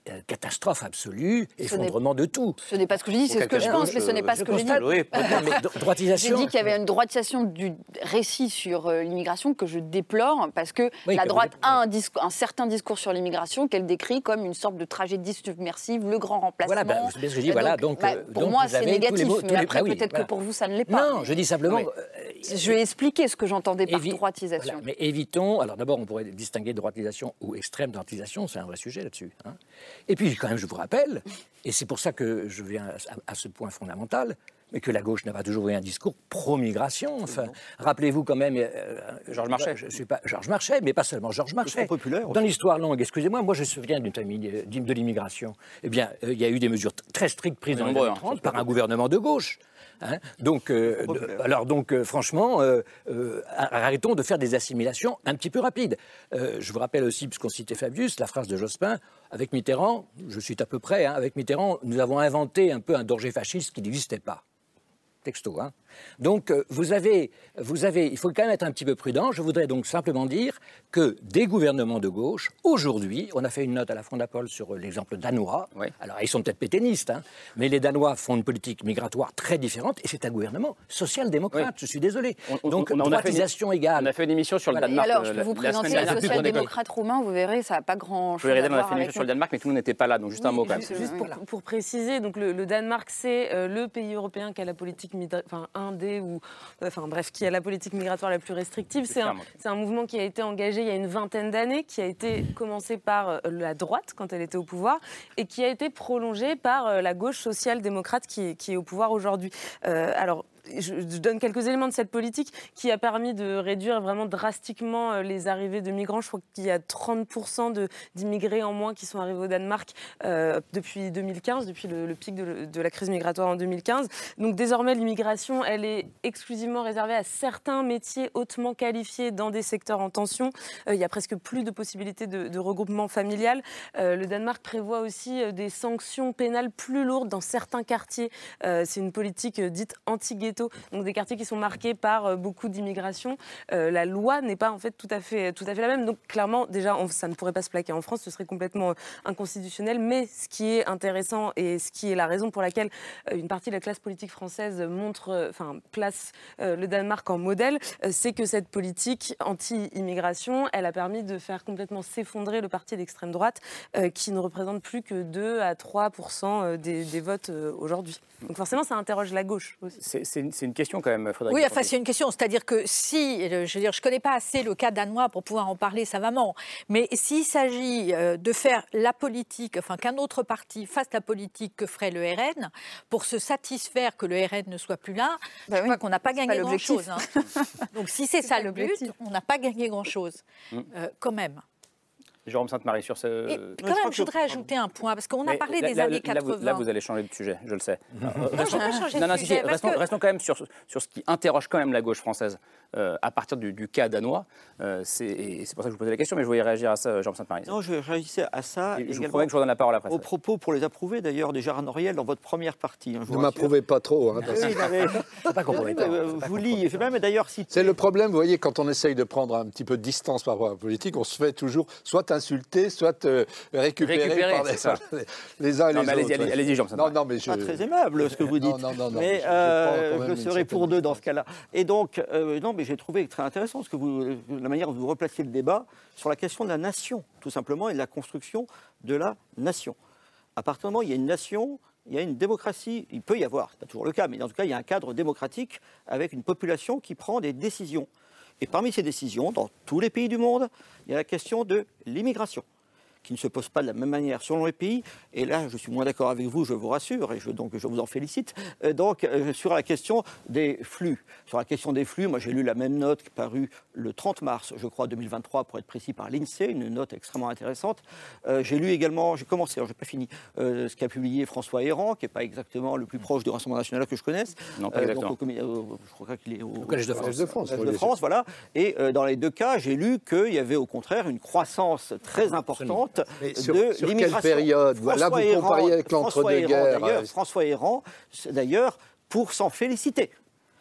euh, catastrophe absolue, effondrement de tout. Ce n'est pas ce que je dis, c'est ce que je pense, mais ce n'est pas ce que je dis. Oui, mais droitisation. J'ai dit qu'il y avait une droitisation du récit sur euh, l'immigration que je déplore, parce que oui, la droite a un, discours, un certain discours sur l'immigration qu'elle décrit comme une sorte de tragédie submersive, le grand remplacement. Voilà, bah, c'est bien ce que je dis, voilà. Donc, bah, pour donc moi, c'est négatif, mots, mais après, bah, oui, peut-être voilà. que pour vous, ça ne l'est pas. Non, je dis simplement... Oui. Euh, je vais expliquer ce que j'entendais par évi- droitisation. Voilà, mais évitons... Alors d'abord, on pourrait distinguer droitisation ou extrême droitisation, c'est un vrai sujet là-dessus. Hein. Et puis, quand même, je vous rappelle, et c'est pour ça que je viens à, à ce point fondamental, mais que la gauche n'a pas toujours eu un discours pro-migration. Enfin, rappelez-vous quand même... Euh, Georges Marchais. Je, je suis pas Georges Marchais, mais pas seulement Georges Marchais. Populaire, dans l'histoire longue, excusez-moi, moi je me souviens d'une famille de l'immigration. Eh bien, euh, il y a eu des mesures très strictes prises dans les années trente par un gouvernement de gauche. Hein, donc, euh, de, alors donc, euh, franchement, euh, euh, arrêtons de faire des assimilations un petit peu rapides. Euh, je vous rappelle aussi, puisqu'on citait Fabius, la phrase de Jospin, avec Mitterrand, je cite à peu près, hein, avec Mitterrand, nous avons inventé un peu un danger fasciste qui n'existait pas. Texto, hein. Donc, euh, vous avez, vous avez, il faut quand même être un petit peu prudent. Je voudrais donc simplement dire que des gouvernements de gauche, aujourd'hui, on a fait une note à la Fondapol sur l'exemple danois. Oui. Alors, ils sont peut-être pétainistes, hein, mais les Danois font une politique migratoire très différente et c'est un gouvernement social-démocrate, oui. Je suis désolé. On, donc, on, on droitisation une, égale. On a fait une émission sur voilà. le Danemark. Et alors, je peux peux vous présenter le social-démocrate roumain, vous verrez, ça n'a pas grand-chose à voir On a fait une émission avec sur le Danemark, mais tout le monde n'était pas là, donc juste oui, un mot quand juste, même. Juste pour, pour préciser, donc le, le Danemark, c'est euh, le pays européen qui a la politique migra- enfin, un des ou enfin bref, qui a la politique migratoire la plus restrictive. C'est un, c'est un mouvement qui a été engagé il y a une vingtaine d'années, qui a été commencé par la droite quand elle était au pouvoir et qui a été prolongé par la gauche social-démocrate qui, qui est au pouvoir aujourd'hui. Euh, alors, je donne quelques éléments de cette politique qui a permis de réduire vraiment drastiquement les arrivées de migrants. Je crois qu'il y a trente pour cent de, d'immigrés en moins qui sont arrivés au Danemark euh, depuis deux mille quinze, depuis le, le pic de, de la crise migratoire en deux mille quinze. Donc désormais, l'immigration, elle est exclusivement réservée à certains métiers hautement qualifiés dans des secteurs en tension. Euh, il y a presque plus de possibilités de, de regroupement familial. Euh, le Danemark prévoit aussi des sanctions pénales plus lourdes dans certains quartiers. Euh, c'est une politique dite anti-ghetto. Donc des quartiers qui sont marqués par beaucoup d'immigration. Euh, la loi n'est pas en fait tout à fait, tout à fait la même. Donc clairement, déjà, on, ça ne pourrait pas se plaquer en France, ce serait complètement inconstitutionnel. Mais ce qui est intéressant et ce qui est la raison pour laquelle une partie de la classe politique française montre, enfin place euh, le Danemark en modèle, euh, c'est que cette politique anti-immigration, elle a permis de faire complètement s'effondrer le parti d'extrême droite, euh, qui ne représente plus que deux à trois pour cent des, des votes euh, aujourd'hui. Donc forcément, ça interroge la gauche aussi. C'est, c'est c'est une question quand même, Frédéric. Oui, enfin, c'est une question. C'est-à-dire que si, je veux dire, je ne connais pas assez le cas danois pour pouvoir en parler savamment, mais s'il s'agit de faire la politique, enfin, qu'un autre parti fasse la politique que ferait le R N, pour se satisfaire que le R N ne soit plus là, ben je oui, crois qu'on n'a pas gagné grand-chose. Hein. Donc si c'est, c'est ça le but, on n'a pas gagné grand-chose, mmh. euh, quand même. Jérôme Sainte-Marie sur ce... Et quand même, je voudrais ajouter un point, parce qu'on a parlé là, des là, années là, quatre-vingts. Vous, là, vous allez changer de sujet, je le sais. Non, je ne vais pas changer non, de non, sujet. Si, si, restons, que... restons quand même sur, sur ce qui interroge quand même la gauche française euh, à partir du, du cas danois. Euh, c'est, et c'est pour ça que je vous posais la question, mais je voulais réagir à ça, Jérôme Sainte-Marie. Non, je réagissais à ça. Et je vous promets que je vous donne la parole après. Au propos, pour les approuver d'ailleurs, des Gérard Noriel dans votre première partie. Hein, ne m'approuvez pas trop. Hein, parce... oui, mais... c'est pas compromettant. Je vous lis. Même, d'ailleurs, si... C'est le problème, vous voyez, quand on essaye de prendre un petit peu de distance par rapport à la politique, on se fait toujours soit insulter, soit euh, récupérer, récupérer par les, ça. les, les uns et non, les mais autres. Allez-y, allez-y, Jean. Non, non, mais je... Pas très aimable ce que vous dites. Non, non, non, non, mais je, euh, je, je serai pour deux dans ce cas-là. Et donc, euh, non, mais j'ai trouvé très intéressant ce que vous, la manière dont vous replaciez le débat sur la question de la nation, tout simplement, et de la construction de la nation. À partir du moment où il y a une nation, il y a une démocratie, il peut y avoir, c'est pas toujours le cas, mais en tout cas, il y a un cadre démocratique avec une population qui prend des décisions. Et parmi ces décisions, dans tous les pays du monde, il y a la question de l'immigration, qui ne se pose pas de la même manière selon les pays. Et là, je suis moins d'accord avec vous, je vous rassure, et je, donc je vous en félicite. Euh, donc, euh, sur la question des flux. Sur la question des flux, moi j'ai lu la même note qui est parue le trente mars, je crois, deux mille vingt-trois, pour être précis, par l'INSEE, une note extrêmement intéressante. Euh, j'ai lu également, j'ai commencé, alors je n'ai pas fini, euh, ce qu'a publié François Héran, qui n'est pas exactement le plus proche du Rassemblement national que je connaisse. Non, pas exactement. Donc, au, au, je crois qu'il est au, au Collège de France. de France, Collège de France, voilà. Et euh, dans les deux cas, j'ai lu qu'il y avait au contraire une croissance très importante. Mais sur, de sur quelle période? Là, vous compariez avec l'entre-deux-guerres. François Héran, d'ailleurs, pour s'en féliciter.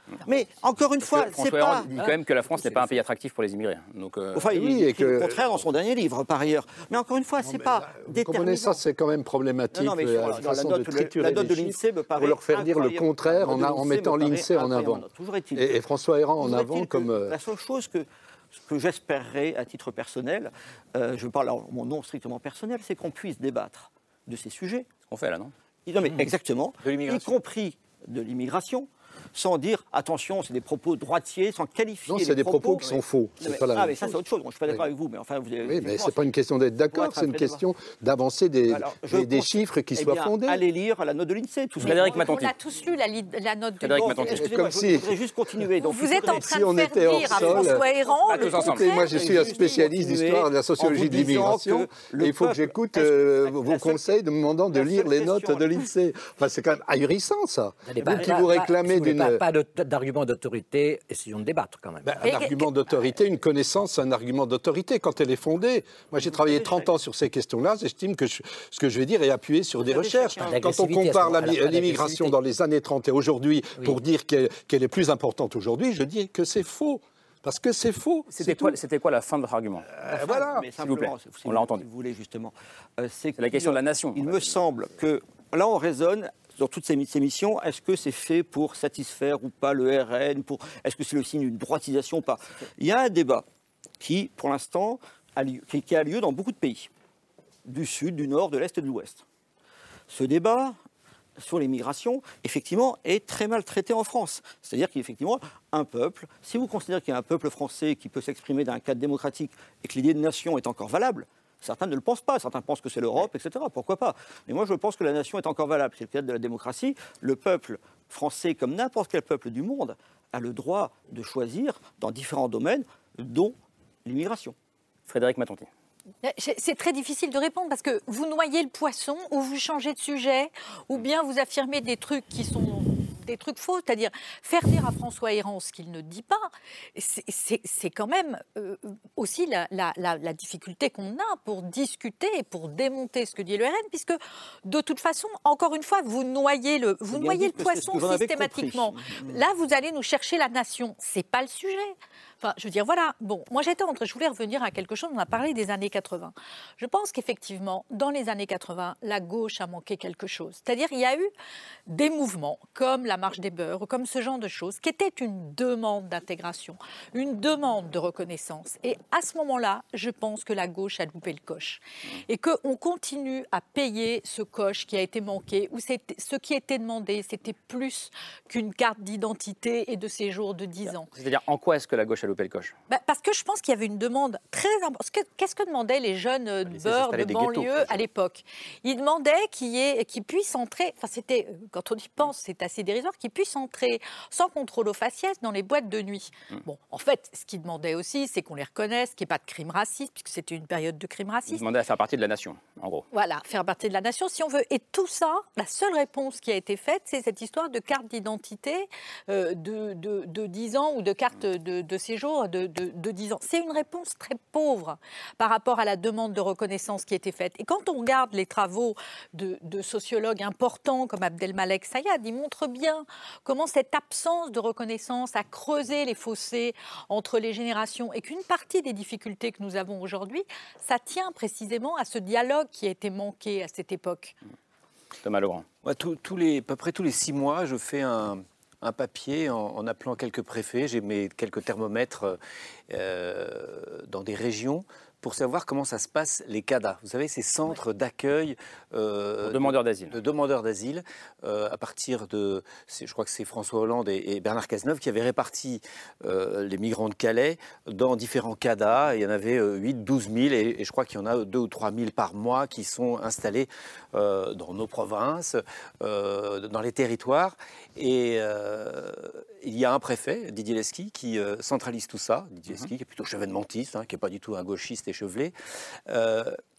Mais encore une fois, c'est pas... François dit quand même que la France n'est pas un pays attractif pour les immigrés. Donc, euh... Enfin, oui, il dit que... le contraire dans son dernier livre, par ailleurs. Mais encore une fois, c'est pas là, vous déterminant. comprenez, ça, c'est quand même problématique. Non, non, mais sur, la, la, note, de la note de l'INSEE me paraît pour leur faire dire le contraire en, en mettant l'INSEE en avant. Et, et François Héran en avant comme... La seule chose que... Ce que j'espérerais à titre personnel, euh, je parle en mon nom strictement personnel, c'est qu'on puisse débattre de ces sujets. On fait là, non? Non, mais exactement, y compris de l'immigration, sans dire attention, c'est des propos droitiers, sans qualifier. Non, c'est des propos, propos qui sont faux. Non, mais, pas la ah, mais ça, c'est autre chose. Bon, je suis pas d'accord oui. avec vous, mais enfin, vous avez, oui, mais c'est pas une question d'être d'accord, c'est une question d'avancer des, Alors, des, des chiffres qui eh soient bien, fondés. Allez lire la note de l'INSEE. Tout Frédéric Matonti. On a tous lu la, la note de Frédéric l'INSEE. Comme si. Je voudrais juste continuer. Donc, vous êtes en train de faire dire à sol, François Héran. Écoutez, moi, je suis un spécialiste d'histoire de la sociologie de l'immigration, et il faut que j'écoute vos conseils demandant de lire les notes de l'INSEE. Enfin, c'est quand même ahurissant, ça. Vous qui vous réclamez d'une. Pas d'argument d'autorité, essayons de débattre quand même. Ben, un argument d'autorité, une connaissance, un argument d'autorité quand elle est fondée. Moi, j'ai travaillé trente ans sur ces questions-là. J'estime que je, ce que je vais dire est appuyé sur des recherches. Quand on compare l'immigration dans les années trente et aujourd'hui, oui. pour dire qu'elle qu'elle est plus importante aujourd'hui, je dis que c'est faux. Parce que c'est faux. C'était quoi, quoi la fin de votre argument euh, Voilà. S'il vous plaît. On l'a entendu. Si vous voulez, justement. Euh, c'est la question de la nation. Il me semble que là, on raisonne sur toutes ces missions, est-ce que c'est fait pour satisfaire ou pas le R N pour... Est-ce que c'est le signe d'une droitisation ou pas? Il y a un débat qui, pour l'instant, a lieu, qui, qui a lieu dans beaucoup de pays, du Sud, du Nord, de l'Est et de l'Ouest. Ce débat sur l'immigration, effectivement, est très mal traité en France. C'est-à-dire qu'effectivement, un peuple, si vous considérez qu'il y a un peuple français qui peut s'exprimer dans un cadre démocratique et que l'idée de nation est encore valable, certains ne le pensent pas, certains pensent que c'est l'Europe, et cetera. Pourquoi pas? Mais moi, je pense que la nation est encore valable. C'est le cadre de la démocratie. Le peuple français, comme n'importe quel peuple du monde, a le droit de choisir dans différents domaines, dont l'immigration. Frédéric Matonti. C'est très difficile de répondre parce que vous noyez le poisson, ou vous changez de sujet, ou bien vous affirmez des trucs qui sont des trucs faux, c'est-à-dire faire dire à François Héran ce qu'il ne dit pas, c'est quand même euh, aussi la, la, la, la difficulté qu'on a pour discuter et pour démonter ce que dit le R N, puisque de toute façon, encore une fois, vous noyez le, vous noyez le poisson systématiquement. Là, vous allez nous chercher la nation, c'est pas le sujet. Enfin, je veux dire, voilà. Bon, moi, j'étais en train, je voulais revenir à quelque chose. On a parlé des années quatre-vingt. Je pense qu'effectivement, dans les années quatre-vingt, la gauche a manqué quelque chose. C'est-à-dire, il y a eu des mouvements comme la Marche des Beurs, comme ce genre de choses, qui étaient une demande d'intégration, une demande de reconnaissance. Et à ce moment-là, je pense que la gauche a loupé le coche. Et qu'on continue à payer ce coche qui a été manqué, où ce qui était demandé, c'était plus qu'une carte d'identité et de séjour de dix ans. C'est-à-dire, en quoi est-ce que la gauche a loupé le coche? Bah, parce que je pense qu'il y avait une demande très importante. Qu'est-ce que demandaient les jeunes de Beurs, de banlieue à l'époque? Ils demandaient qu'ils qu'ils puissent entrer, enfin c'était, quand on y pense, c'est assez dérisoire, qu'ils puissent entrer sans contrôle aux faciès dans les boîtes de nuit. Mmh. Bon, en fait, ce qu'ils demandaient aussi, c'est qu'on les reconnaisse, qu'il n'y ait pas de crime raciste, puisque c'était une période de crime raciste. Ils demandaient à faire partie de la nation, en gros. Voilà, faire partie de la nation, si on veut. Et tout ça, la seule réponse qui a été faite, c'est cette histoire de carte d'identité euh, de, de, de dix ans ou de carte de, de séjour de, de, de dix ans. C'est une réponse très pauvre par rapport à la demande de reconnaissance qui a été faite. Et quand on regarde les travaux de, de sociologues importants comme Abdelmalek Sayad, ils montrent bien comment cette absence de reconnaissance a creusé les fossés entre les générations et qu'une partie des difficultés que nous avons aujourd'hui, ça tient précisément à ce dialogue qui a été manqué à cette époque. Thomas Laurent. Ouais, tous, tous les, à peu près tous les six mois, je fais un... un papier en, en appelant quelques préfets, j'ai mis quelques thermomètres euh, dans des régions pour savoir comment ça se passe, les C A D A. Vous savez, ces centres ouais. d'accueil euh, de demandeurs d'asile. De demandeurs d'asile, euh, à partir de, je crois que c'est François Hollande et, et Bernard Cazeneuve qui avaient réparti euh, les migrants de Calais dans différents C A D A. Il y en avait euh, huit, douze mille et, et je crois qu'il y en a deux ou trois mille par mois qui sont installés euh, dans nos provinces, euh, dans les territoires. Et euh, il y a un préfet, Didier Lesky, qui euh, centralise tout ça. Didier Lesky, qui est plutôt chevènementiste, hein, qui n'est pas du tout un gauchiste échevelé. Euh,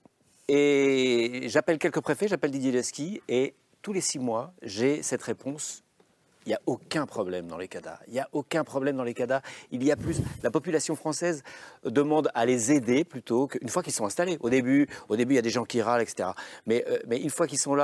et j'appelle quelques préfets, j'appelle Didier Lesky, et tous les six mois, j'ai cette réponse. Il n'y a aucun problème dans les C A D A. Il n'y a aucun problème dans les C A D A. Il y a plus. La population française demande à les aider plutôt qu'une fois qu'ils sont installés. Au début, au début, il y a des gens qui râlent, et cetera. Mais, euh, mais une fois qu'ils sont là,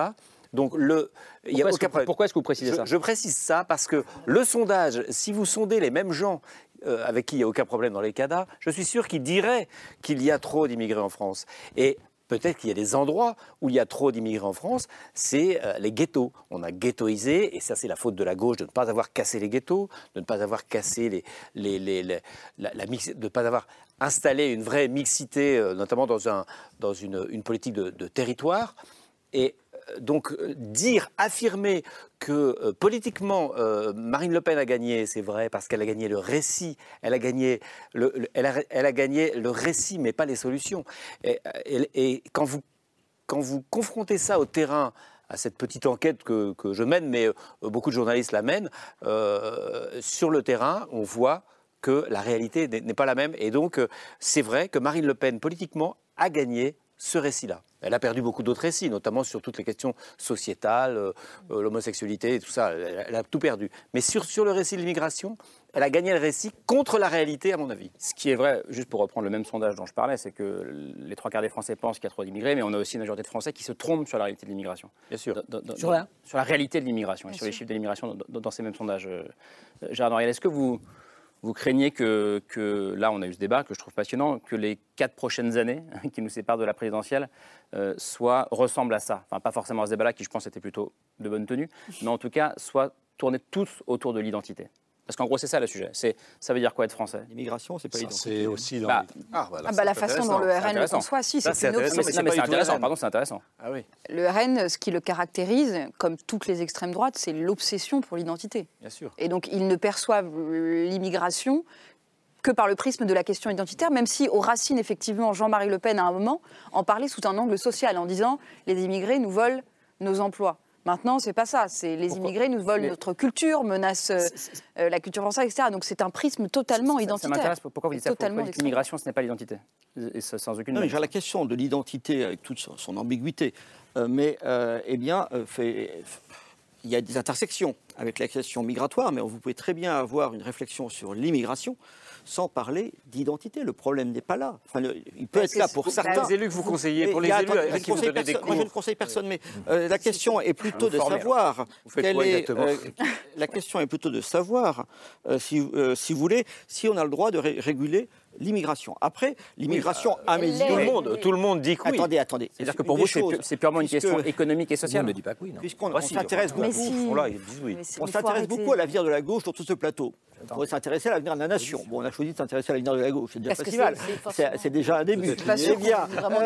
Donc le, il y a aucun problème. Pourquoi est-ce que vous précisez je, ça? Je précise ça parce que le sondage, si vous sondez les mêmes gens euh, avec qui il n'y a aucun problème dans les C A D A, je suis sûr qu'ils diraient qu'il y a trop d'immigrés en France. Et peut-être qu'il y a des endroits où il y a trop d'immigrés en France, c'est euh, les ghettos. On a ghettoisé, et ça c'est la faute de la gauche de ne pas avoir cassé les ghettos, de ne pas avoir cassé les, les, les, les la, la mix, de ne pas avoir installé une vraie mixité, euh, notamment dans, un, dans une, une politique de, de territoire. Et euh, donc euh, dire, affirmer que euh, politiquement euh, Marine Le Pen a gagné, c'est vrai, parce qu'elle a gagné le récit, elle a gagné le, le, elle a, elle a gagné le récit, mais pas les solutions. Et, et, et quand, vous, quand vous confrontez ça au terrain, à cette petite enquête que, que je mène, mais euh, beaucoup de journalistes la mènent, euh, sur le terrain, on voit que la réalité n'est pas la même. Et donc, euh, c'est vrai que Marine Le Pen, politiquement, a gagné ce récit-là. Elle a perdu beaucoup d'autres récits, notamment sur toutes les questions sociétales, euh, euh, l'homosexualité et tout ça. Elle, elle a tout perdu. Mais sur, sur le récit de l'immigration, elle a gagné le récit contre la réalité, à mon avis. Ce qui est vrai, juste pour reprendre le même sondage dont je parlais, c'est que les trois quarts des Français pensent qu'il y a trop d'immigrés, mais on a aussi une majorité de Français qui se trompent sur la réalité de l'immigration. Bien sûr. Dans, dans, sur, la... sur la réalité de l'immigration et sur sûr. Les chiffres de l'immigration dans, dans ces mêmes sondages. Euh, Gérard Noiriel, est-ce que vous... Vous craignez que, que, là on a eu ce débat que je trouve passionnant, que les quatre prochaines années qui nous séparent de la présidentielle euh, soient, ressemblent à ça. Enfin pas forcément à ce débat-là qui je pense était plutôt de bonne tenue, mais en tout cas soient tournés tous autour de l'identité. Parce qu'en gros, c'est ça le sujet. C'est, ça veut dire quoi être français? L'immigration, c'est pas ça, l'identité. C'est aussi dans bah, les... ah, voilà, ah bah la façon dont le R N le conçoit, si, c'est, c'est une option. Non, mais c'est intéressant, pardon, c'est intéressant. Ah oui. Le R N, ce qui le caractérise, comme toutes les extrêmes droites, c'est l'obsession pour l'identité. Bien sûr. Et donc, ils ne perçoivent l'immigration que par le prisme de la question identitaire, même si, aux racines, effectivement, Jean-Marie Le Pen, à un moment, en parlait sous un angle social, en disant « les immigrés nous volent nos emplois ». Maintenant, c'est pas ça. C'est les Pourquoi immigrés nous volent Mais... notre culture, menacent euh, euh, la culture française, et cetera. Donc c'est un prisme totalement ça, identitaire. Ça m'intéresse. Pourquoi vous dites ça? Pourquoi l'immigration, ce n'est pas l'identité? Et ça, sans aucune. Non, mais j'ai la question de l'identité avec toute son, son ambiguïté. Euh, mais euh, eh bien, euh, fait, il y a des intersections avec la question migratoire, mais vous pouvez très bien avoir une réflexion sur l'immigration sans parler d'identité. Le problème n'est pas là. Enfin, le, il peut mais être là pour certains. Les élus que vous conseillez, pour les élus avec qui vous donnez des cours. Moi, je ne conseille personne, mais euh, la question est plutôt de savoir quelle est. Euh, la question est plutôt de savoir, euh, si, euh, si vous voulez, si on a le droit de ré- réguler l'immigration. Après, l'immigration, oui, à mes yeux... Tout le monde, tout le monde dit que oui. Attendez, attendez. C'est-à-dire que pour vous, c'est, c'est purement une puisque, question économique et sociale. On ne dit pas que oui, non. Puisqu'on on s'intéresse beaucoup... Si. Là, ils disent oui. On s'intéresse beaucoup à l'avenir de la gauche sur tout ce plateau. On pourrait s'intéresser à l'avenir de la nation. Bon, on a choisi de s'intéresser à l'avenir de la gauche. C'est déjà pas si mal. C'est déjà un début. C'est bien.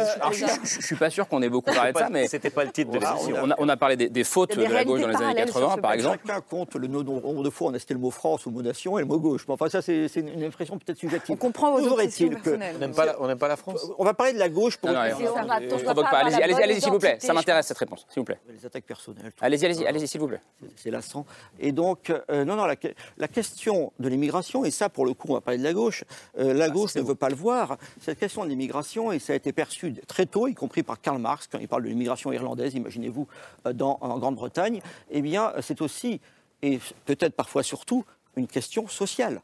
Je ne suis pas sûr qu'on ait beaucoup parlé de ça, mais... C'était pas le titre de l'émission. On a parlé des fautes de la gauche dans les années quatre-vingts, par exemple. Chacun compte le nombre de fois on a cité le mot France ou le mot nation et le mot gauche. Enfin, ça, c'est une impression peut-être subjective. On comprend vos obsessions personnelles. On n'aime pas, on n'aime pas la France. On va parler de la gauche pour. Non, non, on, on, on, on provoque pas. Allez-y, allez-y, allez-y, s'il vous plaît. Ça m'intéresse cette réponse, s'il vous plaît. Les attaques personnelles. Allez-y, allez-y, allez-y, s'il vous plaît. C'est lassant. Et donc, euh, non, non, la, la question de l'immigration, et ça, pour le coup, on va parler de la gauche. Euh, la ah, gauche ne veut pas le voir. Cette question de l'immigration, et ça a été perçu très tôt, y compris par Karl Marx, quand il parle de l'immigration irlandaise, imaginez-vous, dans, en Grande-Bretagne. Eh bien, c'est aussi, et peut-être parfois surtout, une question sociale.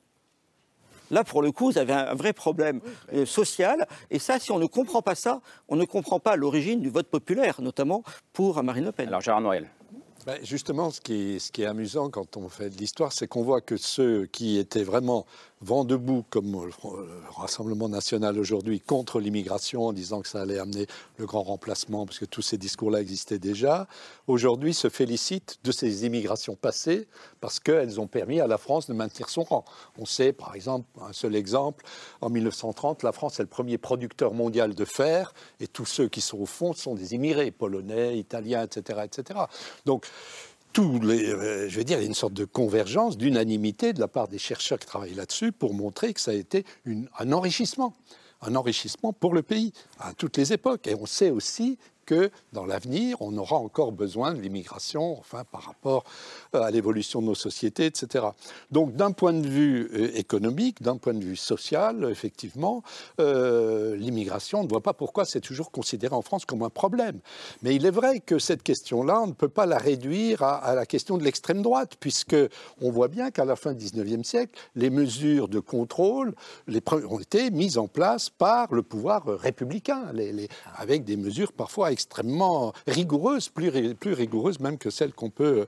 Là, pour le coup, vous avez un vrai problème euh, social. Et ça, si on ne comprend pas ça, on ne comprend pas l'origine du vote populaire, notamment pour Marine Le Pen. Alors, Gérard Noiriel. Ben justement, ce qui, est, ce qui est amusant quand on fait de l'histoire, c'est qu'on voit que ceux qui étaient vraiment vent debout, comme le Rassemblement national aujourd'hui, contre l'immigration, en disant que ça allait amener le grand remplacement, parce que tous ces discours-là existaient déjà, aujourd'hui se félicitent de ces immigrations passées, parce qu'elles ont permis à la France de maintenir son rang. On sait, par exemple, un seul exemple, en mille neuf cent trente, la France est le premier producteur mondial de fer, et tous ceux qui sont au fond sont des immigrés, polonais, italiens, et cetera, et cetera. Donc, Tous les, euh, je veux dire, il y a une sorte de convergence, d'unanimité de la part des chercheurs qui travaillent là-dessus pour montrer que ça a été une, un enrichissement, un enrichissement pour le pays à toutes les époques. Et on sait aussi que dans l'avenir, on aura encore besoin de l'immigration, enfin, par rapport à l'évolution de nos sociétés, et cetera. Donc, d'un point de vue euh, économique, d'un point de vue social, effectivement, euh, l'immigration, on ne voit pas pourquoi c'est toujours considéré en France comme un problème. Mais il est vrai que cette question-là, on ne peut pas la réduire à, à la question de l'extrême droite, puisque on voit bien qu'à la fin du dix-neuvième siècle, les mesures de contrôle les, ont été mises en place par le pouvoir républicain, les, les, avec des mesures parfois loi extrêmement rigoureuse, plus, plus rigoureuse même que celle qu'on peut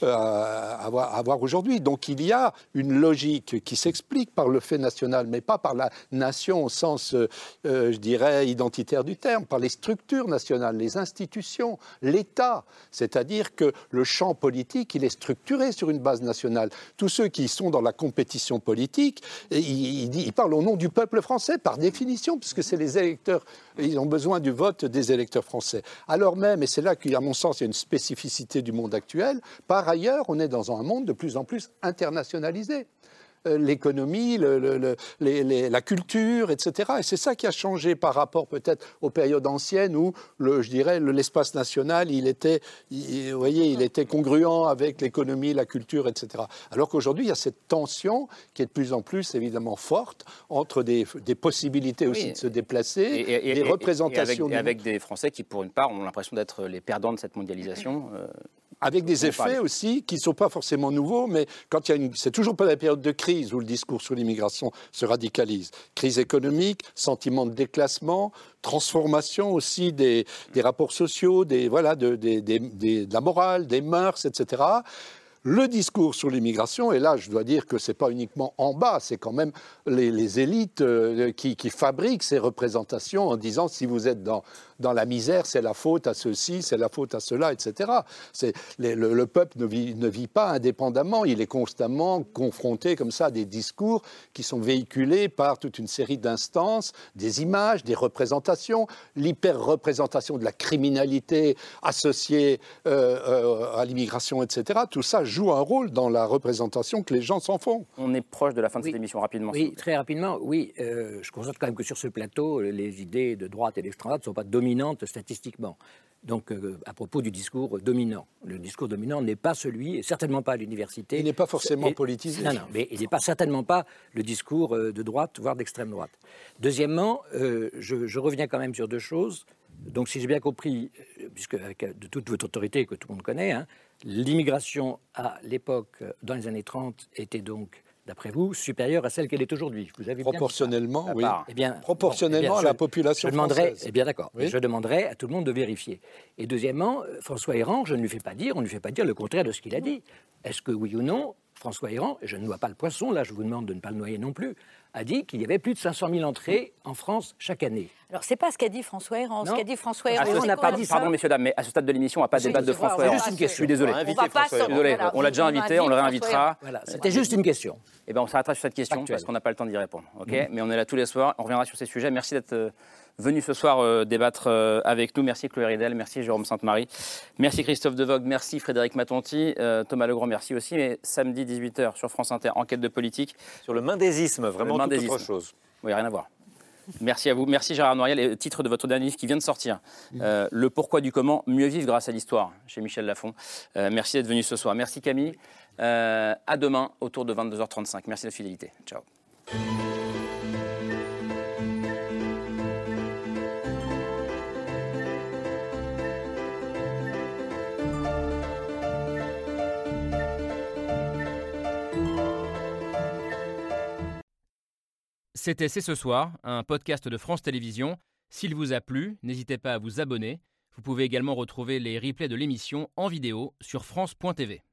euh, avoir, avoir aujourd'hui. Donc il y a une logique qui s'explique par le fait national, mais pas par la nation au sens, euh, je dirais, identitaire du terme, par les structures nationales, les institutions, l'État. C'est-à-dire que le champ politique, il est structuré sur une base nationale. Tous ceux qui sont dans la compétition politique, ils, ils parlent au nom du peuple français, par définition, puisque c'est les électeurs, ils ont besoin du vote des électeurs français. Alors même, et c'est là qu'à mon sens, il y a une spécificité du monde actuel, par ailleurs, on est dans un monde de plus en plus internationalisé. L'économie, le, le, le, les, les, la culture, et cetera. Et c'est ça qui a changé par rapport peut-être aux périodes anciennes où, le, je dirais, le, l'espace national, il était, il, vous voyez, il était congruent avec l'économie, la culture, et cetera. Alors qu'aujourd'hui, il y a cette tension qui est de plus en plus, évidemment, forte entre des, des possibilités aussi oui. de se déplacer, et, et, des et, représentations... Et avec, et avec des Français qui, pour une part, ont l'impression d'être les perdants de cette mondialisation. Euh... Avec des effets parler. aussi qui ne sont pas forcément nouveaux, mais quand il y a une, c'est toujours pas la période de crise où le discours sur l'immigration se radicalise. Crise économique, sentiment de déclassement, transformation aussi des, des rapports sociaux, des, voilà, de, des, des, des, de la morale, des mœurs, et cetera. Le discours sur l'immigration, et là je dois dire que ce n'est pas uniquement en bas, c'est quand même les, les élites euh, qui, qui fabriquent ces représentations en disant si vous êtes dans, dans la misère, c'est la faute à ceci, c'est la faute à cela, et cetera. C'est, les, le, le peuple ne vit, ne vit pas indépendamment, il est constamment confronté comme ça à des discours qui sont véhiculés par toute une série d'instances, des images, des représentations, l'hyper-représentation de la criminalité associée euh, euh, à l'immigration, et cetera. Tout ça joue un rôle dans la représentation que les gens s'en font. On est proche de la fin de oui. cette émission, rapidement. Oui, très rapidement, oui. Euh, je constate quand même que sur ce plateau, les idées de droite et d'extrême droite ne sont pas dominantes statistiquement. Donc, euh, à propos du discours dominant, le discours dominant n'est pas celui, et certainement pas à l'université. Il n'est pas forcément et, politisé. Non, non, mais il n'est pas certainement pas le discours de droite, voire d'extrême droite. Deuxièmement, euh, je, je reviens quand même sur deux choses. Donc, si j'ai bien compris, puisque avec de toute votre autorité que tout le monde connaît, hein, l'immigration à l'époque, dans les années trente, était donc, d'après vous, supérieure à celle qu'elle est aujourd'hui. Vous avez proportionnellement, bien oui. Eh bien, proportionnellement bon, eh bien, à la population je demanderai, française. Eh bien, d'accord. Oui. Je demanderai à tout le monde de vérifier. Et deuxièmement, François Héran, je ne lui fais pas dire, on ne lui fait pas dire le contraire de ce qu'il a dit. Est-ce que oui ou non, François Héran, et je ne noie pas le poisson, là, je vous demande de ne pas le noyer non plus, a dit qu'il y avait plus de cinq cent mille entrées en France chaque année. Alors, c'est pas ce qu'a dit François Héran. Ce qu'a dit François Héran, on n'a pas dit ça. Pardon, messieurs, dames, mais à ce stade de l'émission, on n'a pas de débattre de François Héran. C'est juste une question. Je suis désolé. On va pas je suis désolé. On l'a déjà invité, on le réinvitera. Voilà, c'était juste une question. Eh bien, on s'arrêtera sur cette question Actuelle. parce qu'on n'a pas le temps d'y répondre. Okay mmh. Mais on est là tous les soirs. On reviendra sur ces sujets. Merci d'être euh, venu ce soir euh, débattre euh, avec nous. Merci Chloé Ridel. Merci Jérôme Sainte-Marie. Merci Christophe Devogue. Merci Frédéric Matonti. Euh, Thomas Legrand, merci aussi. Mais samedi dix-huit heures sur France Inter, enquête de politique. Sur le mendésisme, vraiment toute autre chose. Oui, rien à voir. Merci à vous. Merci Gérard Noiriel. Et le titre de votre dernier livre qui vient de sortir, euh, Le pourquoi du comment, mieux vivre grâce à l'histoire, chez Michel Lafon. Euh, merci d'être venu ce soir. Merci Camille. Euh, à demain, autour de vingt-deux heures trente-cinq. Merci de la fidélité. Ciao. C'était C'est ce soir, un podcast de France Télévisions. S'il vous a plu, n'hésitez pas à vous abonner. Vous pouvez également retrouver les replays de l'émission en vidéo sur France point T V.